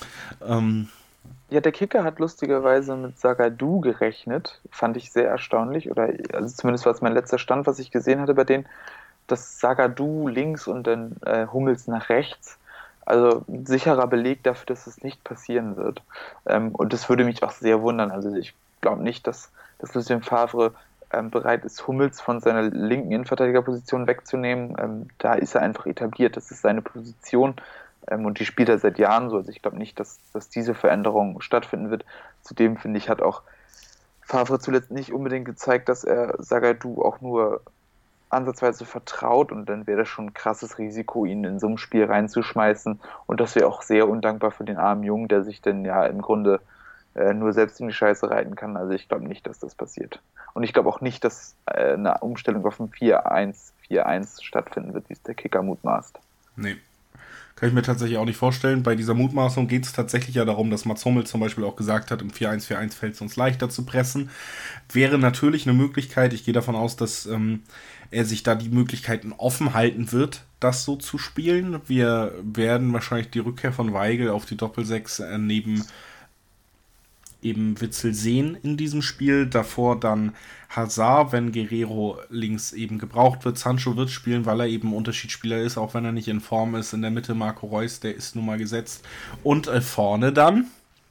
Ja, der Kicker hat lustigerweise mit Zagadou gerechnet. Fand ich sehr erstaunlich. Also zumindest war es mein letzter Stand, was ich gesehen hatte bei denen. Dass Zagadou links und dann Hummels nach rechts. Also ein sicherer Beleg dafür, dass es nicht passieren wird. Und das würde mich auch sehr wundern. Also ich glaube nicht, dass Lucien Favre bereit ist, Hummels von seiner linken Innenverteidigerposition wegzunehmen. Da ist er einfach etabliert, das ist seine Position und die spielt er seit Jahren so. Also ich glaube nicht, dass diese Veränderung stattfinden wird. Zudem, finde ich, hat auch Favre zuletzt nicht unbedingt gezeigt, dass er Zagadou auch nur ansatzweise vertraut und dann wäre das schon ein krasses Risiko, ihn in so ein Spiel reinzuschmeißen und das wäre auch sehr undankbar für den armen Jungen, der sich dann ja im Grunde nur selbst in die Scheiße reiten kann. Also ich glaube nicht, dass das passiert. Und ich glaube auch nicht, dass eine Umstellung auf ein 4-1 stattfinden wird, wie es der Kicker mutmaßt.
Nee. Kann ich mir tatsächlich auch nicht vorstellen. Bei dieser Mutmaßung geht es tatsächlich ja darum, dass Mats Hummels zum Beispiel auch gesagt hat, im 4-1-4-1 fällt es uns leichter zu pressen. Wäre natürlich eine Möglichkeit. Ich gehe davon aus, dass er sich da die Möglichkeiten offen halten wird, das so zu spielen. Wir werden wahrscheinlich die Rückkehr von Weigl auf die Doppel-6 neben eben Witsel sehen in diesem Spiel. Davor dann Hazard, wenn Guerrero links eben gebraucht wird. Sancho wird spielen, weil er eben Unterschiedsspieler ist, auch wenn er nicht in Form ist. In der Mitte Marco Reus, der ist nun mal gesetzt. Und vorne dann,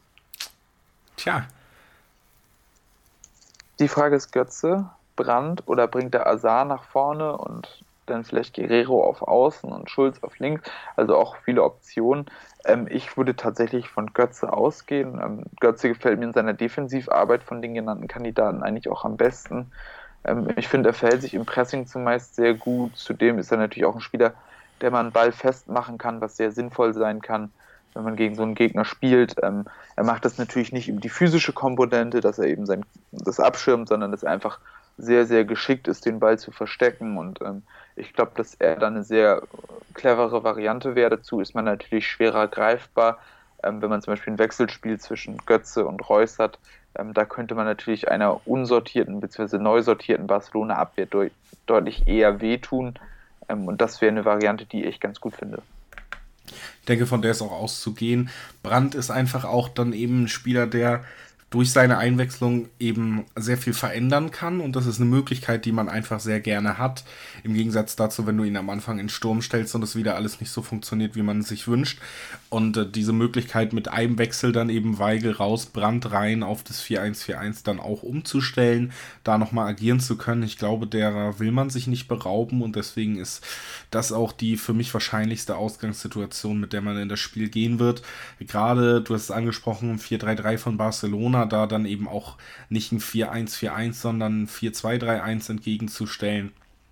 Die Frage ist Götze, Brandt oder bringt der Hazard nach vorne und dann vielleicht Guerrero auf Außen und Schulz auf links, also auch viele Optionen. Ich würde tatsächlich von Götze ausgehen. Götze gefällt mir in seiner Defensivarbeit von den genannten Kandidaten eigentlich auch am besten. Ich finde, er verhält sich im Pressing zumeist sehr gut. Zudem ist er natürlich auch ein Spieler, der man einen Ball festmachen kann, was sehr sinnvoll sein kann, wenn man gegen so einen Gegner spielt. Er macht das natürlich nicht über die physische Komponente, dass er eben das abschirmt, sondern dass er einfach sehr, sehr geschickt ist, den Ball zu verstecken und ich glaube, dass er dann eine sehr clevere Variante wäre. Dazu ist man natürlich schwerer greifbar. Wenn man zum Beispiel ein Wechselspiel zwischen Götze und Reus hat, da könnte man natürlich einer unsortierten bzw. neu sortierten Barcelona-Abwehr deutlich eher wehtun. Und das wäre eine Variante, die ich ganz gut finde.
Ich denke, von der ist auch auszugehen. Brandt ist einfach auch dann eben ein Spieler, der durch seine Einwechslung eben sehr viel verändern kann und das ist eine Möglichkeit, die man einfach sehr gerne hat. Im Gegensatz dazu, wenn du ihn am Anfang in Sturm stellst und es wieder alles nicht so funktioniert, wie man es sich wünscht. Und diese Möglichkeit mit einem Wechsel dann eben Weigl raus, Brandt rein auf das 4-1-4-1 dann auch umzustellen, da nochmal agieren zu können. Ich glaube, derer will man sich nicht berauben und deswegen ist das auch die für mich wahrscheinlichste Ausgangssituation, mit der man in das Spiel gehen wird. Gerade, du hast es angesprochen, 4-3-3 von Barcelona, da dann eben auch nicht ein 4-1-4-1, sondern ein 4-2-3-1 entgegenzustellen,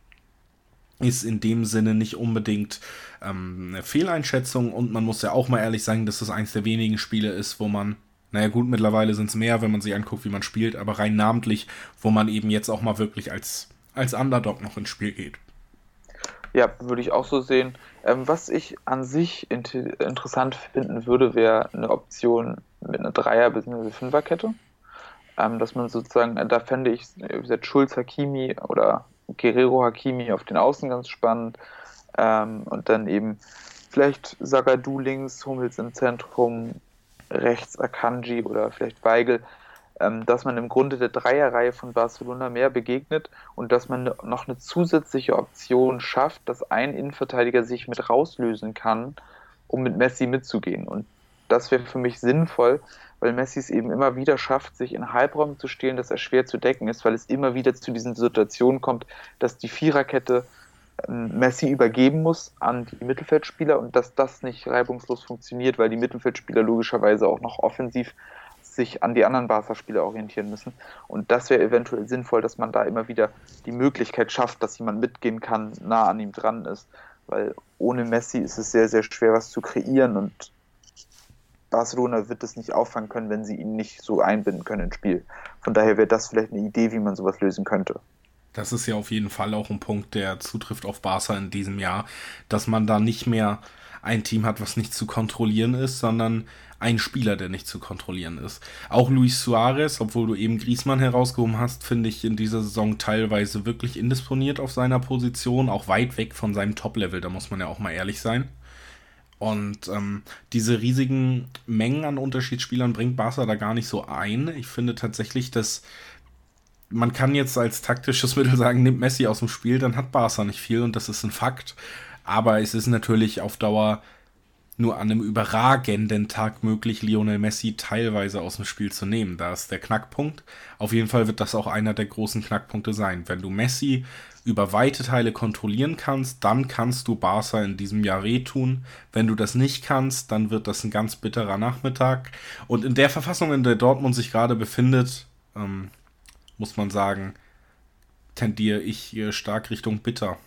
ist in dem Sinne nicht unbedingt eine Fehleinschätzung und man muss ja auch mal ehrlich sagen, dass das eins der wenigen Spiele ist, wo man, naja gut, mittlerweile sind es mehr, wenn man sich anguckt, wie man spielt, aber rein namentlich, wo man eben jetzt auch mal wirklich als Underdog noch ins Spiel geht.
Ja, würde ich auch so sehen. Was ich an sich interessant finden würde, wäre eine Option mit einer Dreier- bzw. Fünferkette. Dass man sozusagen, da fände ich, wie gesagt, Schulz Hakimi oder Guerrero Hakimi auf den Außen ganz spannend. Und dann eben vielleicht Zagadou links, Hummels im Zentrum, rechts Akanji oder vielleicht Weigl. Dass man im Grunde der Dreierreihe von Barcelona mehr begegnet und dass man noch eine zusätzliche Option schafft, dass ein Innenverteidiger sich mit rauslösen kann, um mit Messi mitzugehen. Und das wäre für mich sinnvoll, weil Messi es eben immer wieder schafft, sich in Halbräumen zu stehlen, dass er schwer zu decken ist, weil es immer wieder zu diesen Situationen kommt, dass die Viererkette Messi übergeben muss an die Mittelfeldspieler und dass das nicht reibungslos funktioniert, weil die Mittelfeldspieler logischerweise auch noch offensiv sich an die anderen Barca-Spieler orientieren müssen. Und das wäre eventuell sinnvoll, dass man da immer wieder die Möglichkeit schafft, dass jemand mitgehen kann, nah an ihm dran ist. Weil ohne Messi ist es sehr, sehr schwer, was zu kreieren und Barcelona wird es nicht auffangen können, wenn sie ihn nicht so einbinden können ins Spiel. Von daher wäre das vielleicht eine Idee, wie man sowas lösen könnte.
Das ist ja auf jeden Fall auch ein Punkt, der zutrifft auf Barca in diesem Jahr, dass man da nicht mehr ein Team hat, was nicht zu kontrollieren ist, sondern ein Spieler, der nicht zu kontrollieren ist. Auch Luis Suarez, obwohl du eben Griezmann herausgehoben hast, finde ich in dieser Saison teilweise wirklich indisponiert auf seiner Position, auch weit weg von seinem Top-Level, da muss man ja auch mal ehrlich sein. Und diese riesigen Mengen an Unterschiedsspielern bringt Barca da gar nicht so ein. Ich finde tatsächlich, dass man kann jetzt als taktisches Mittel sagen, nimmt Messi aus dem Spiel, dann hat Barca nicht viel und das ist ein Fakt. Aber es ist natürlich auf Dauer nur an einem überragenden Tag möglich, Lionel Messi teilweise aus dem Spiel zu nehmen. Da ist der Knackpunkt. Auf jeden Fall wird das auch einer der großen Knackpunkte sein. Wenn du Messi über weite Teile kontrollieren kannst, dann kannst du Barca in diesem Jahr wehtun. Wenn du das nicht kannst, dann wird das ein ganz bitterer Nachmittag. Und in der Verfassung, in der Dortmund sich gerade befindet, muss man sagen, tendiere ich stark Richtung bitter.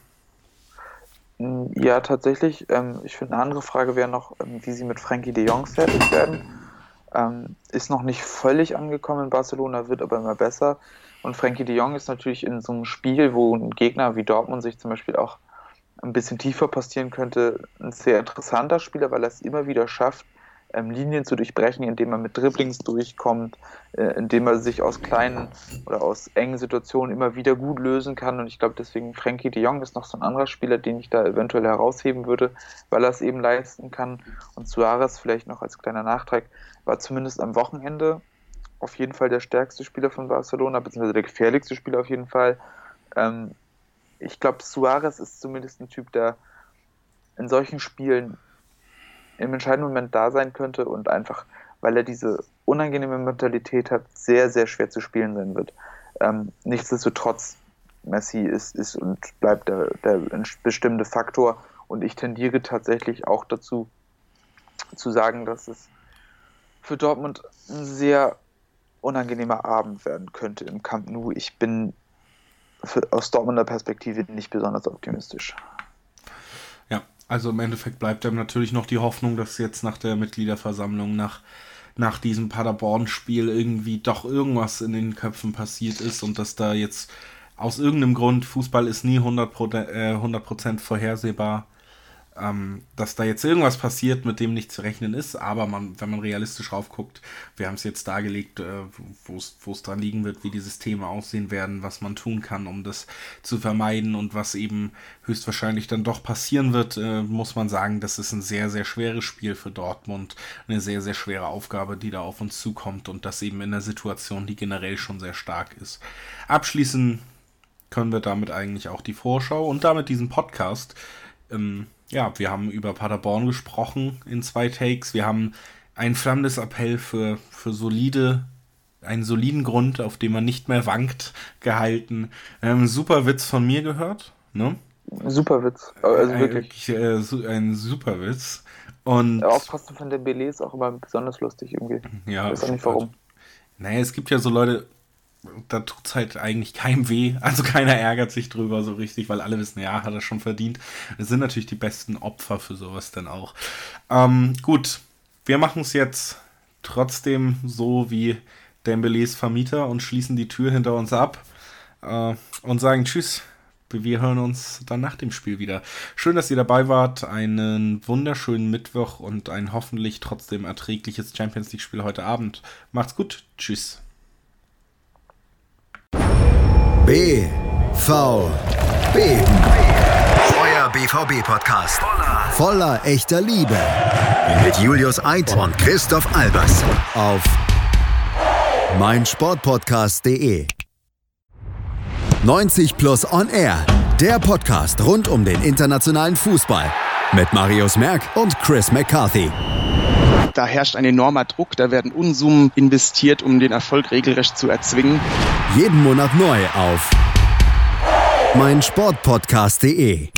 Ja, tatsächlich. Ich finde, eine andere Frage wäre noch, wie sie mit Frenkie de Jong fertig werden. Ist noch nicht völlig angekommen in Barcelona, wird aber immer besser. Und Frenkie de Jong ist natürlich in so einem Spiel, wo ein Gegner wie Dortmund sich zum Beispiel auch ein bisschen tiefer postieren könnte, ein sehr interessanter Spieler, weil er es immer wieder schafft, Linien zu durchbrechen, indem er mit Dribblings durchkommt, indem er sich aus kleinen oder aus engen Situationen immer wieder gut lösen kann. Und ich glaube, deswegen Frenkie de Jong ist noch so ein anderer Spieler, den ich da eventuell herausheben würde, weil er es eben leisten kann. Und Suarez vielleicht noch als kleiner Nachtrag war zumindest am Wochenende auf jeden Fall der stärkste Spieler von Barcelona, beziehungsweise der gefährlichste Spieler auf jeden Fall. Ich glaube, Suarez ist zumindest ein Typ, der in solchen Spielen im entscheidenden Moment da sein könnte und einfach, weil er diese unangenehme Mentalität hat, sehr, sehr schwer zu spielen sein wird. Nichtsdestotrotz, Messi ist und bleibt der bestimmende Faktor und ich tendiere tatsächlich auch dazu, zu sagen, dass es für Dortmund ein sehr unangenehmer Abend werden könnte im Camp Nou. Ich bin aus Dortmunder Perspektive nicht besonders optimistisch.
Ja, also im Endeffekt bleibt dann natürlich noch die Hoffnung, dass jetzt nach der Mitgliederversammlung, nach diesem Paderborn-Spiel irgendwie doch irgendwas in den Köpfen passiert ist und dass da jetzt aus irgendeinem Grund, Fußball ist nie 100% vorhersehbar, dass da jetzt irgendwas passiert, mit dem nicht zu rechnen ist, aber wenn man realistisch raufguckt, wir haben es jetzt dargelegt, wo es dran liegen wird, wie die Systeme aussehen werden, was man tun kann, um das zu vermeiden und was eben höchstwahrscheinlich dann doch passieren wird, muss man sagen, das ist ein sehr, sehr schweres Spiel für Dortmund, eine sehr, sehr schwere Aufgabe, die da auf uns zukommt und das eben in einer Situation, die generell schon sehr stark ist. Abschließen können wir damit eigentlich auch die Vorschau und damit diesen Podcast. Ja, wir haben über Paderborn gesprochen in 2 Takes. Wir haben ein flammendes Appell für einen soliden Grund, auf dem man nicht mehr wankt, gehalten. Super Witz von mir gehört, ne?
Super Witz, also wirklich.
Ein super Witz. Und
Aufpassen von der Dembélé ist auch immer besonders lustig irgendwie.
Ja,
ich weiß auch nicht warum.
Naja, es gibt ja so Leute, da tut's halt eigentlich keinem weh. Also keiner ärgert sich drüber so richtig, weil alle wissen, ja, hat er schon verdient. Das sind natürlich die besten Opfer für sowas dann auch. Gut, wir machen es jetzt trotzdem so wie Dembélés Vermieter und schließen die Tür hinter uns ab und sagen Tschüss. Wir hören uns dann nach dem Spiel wieder. Schön, dass ihr dabei wart. Einen wunderschönen Mittwoch und ein hoffentlich trotzdem erträgliches Champions-League-Spiel heute Abend. Macht's gut. Tschüss.
BVB. Euer BVB-Podcast. Voller echter Liebe. Mit Julius Eid und Christoph Albers. Auf meinsportpodcast.de. 90 Plus On Air. Der Podcast rund um den internationalen Fußball. Mit Marius Merck und Chris McCarthy.
Da herrscht ein enormer Druck, da werden Unsummen investiert, um den Erfolg regelrecht zu erzwingen.
Jeden Monat neu auf meinsportpodcast.de.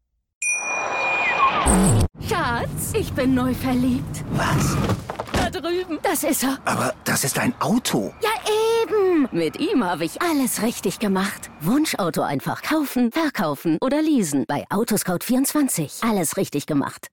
Schatz, ich bin neu verliebt.
Was?
Da drüben. Das ist er.
Aber das ist ein Auto.
Ja, eben. Mit ihm habe ich alles richtig gemacht. Wunschauto einfach kaufen, verkaufen oder leasen. Bei Autoscout24. Alles richtig gemacht.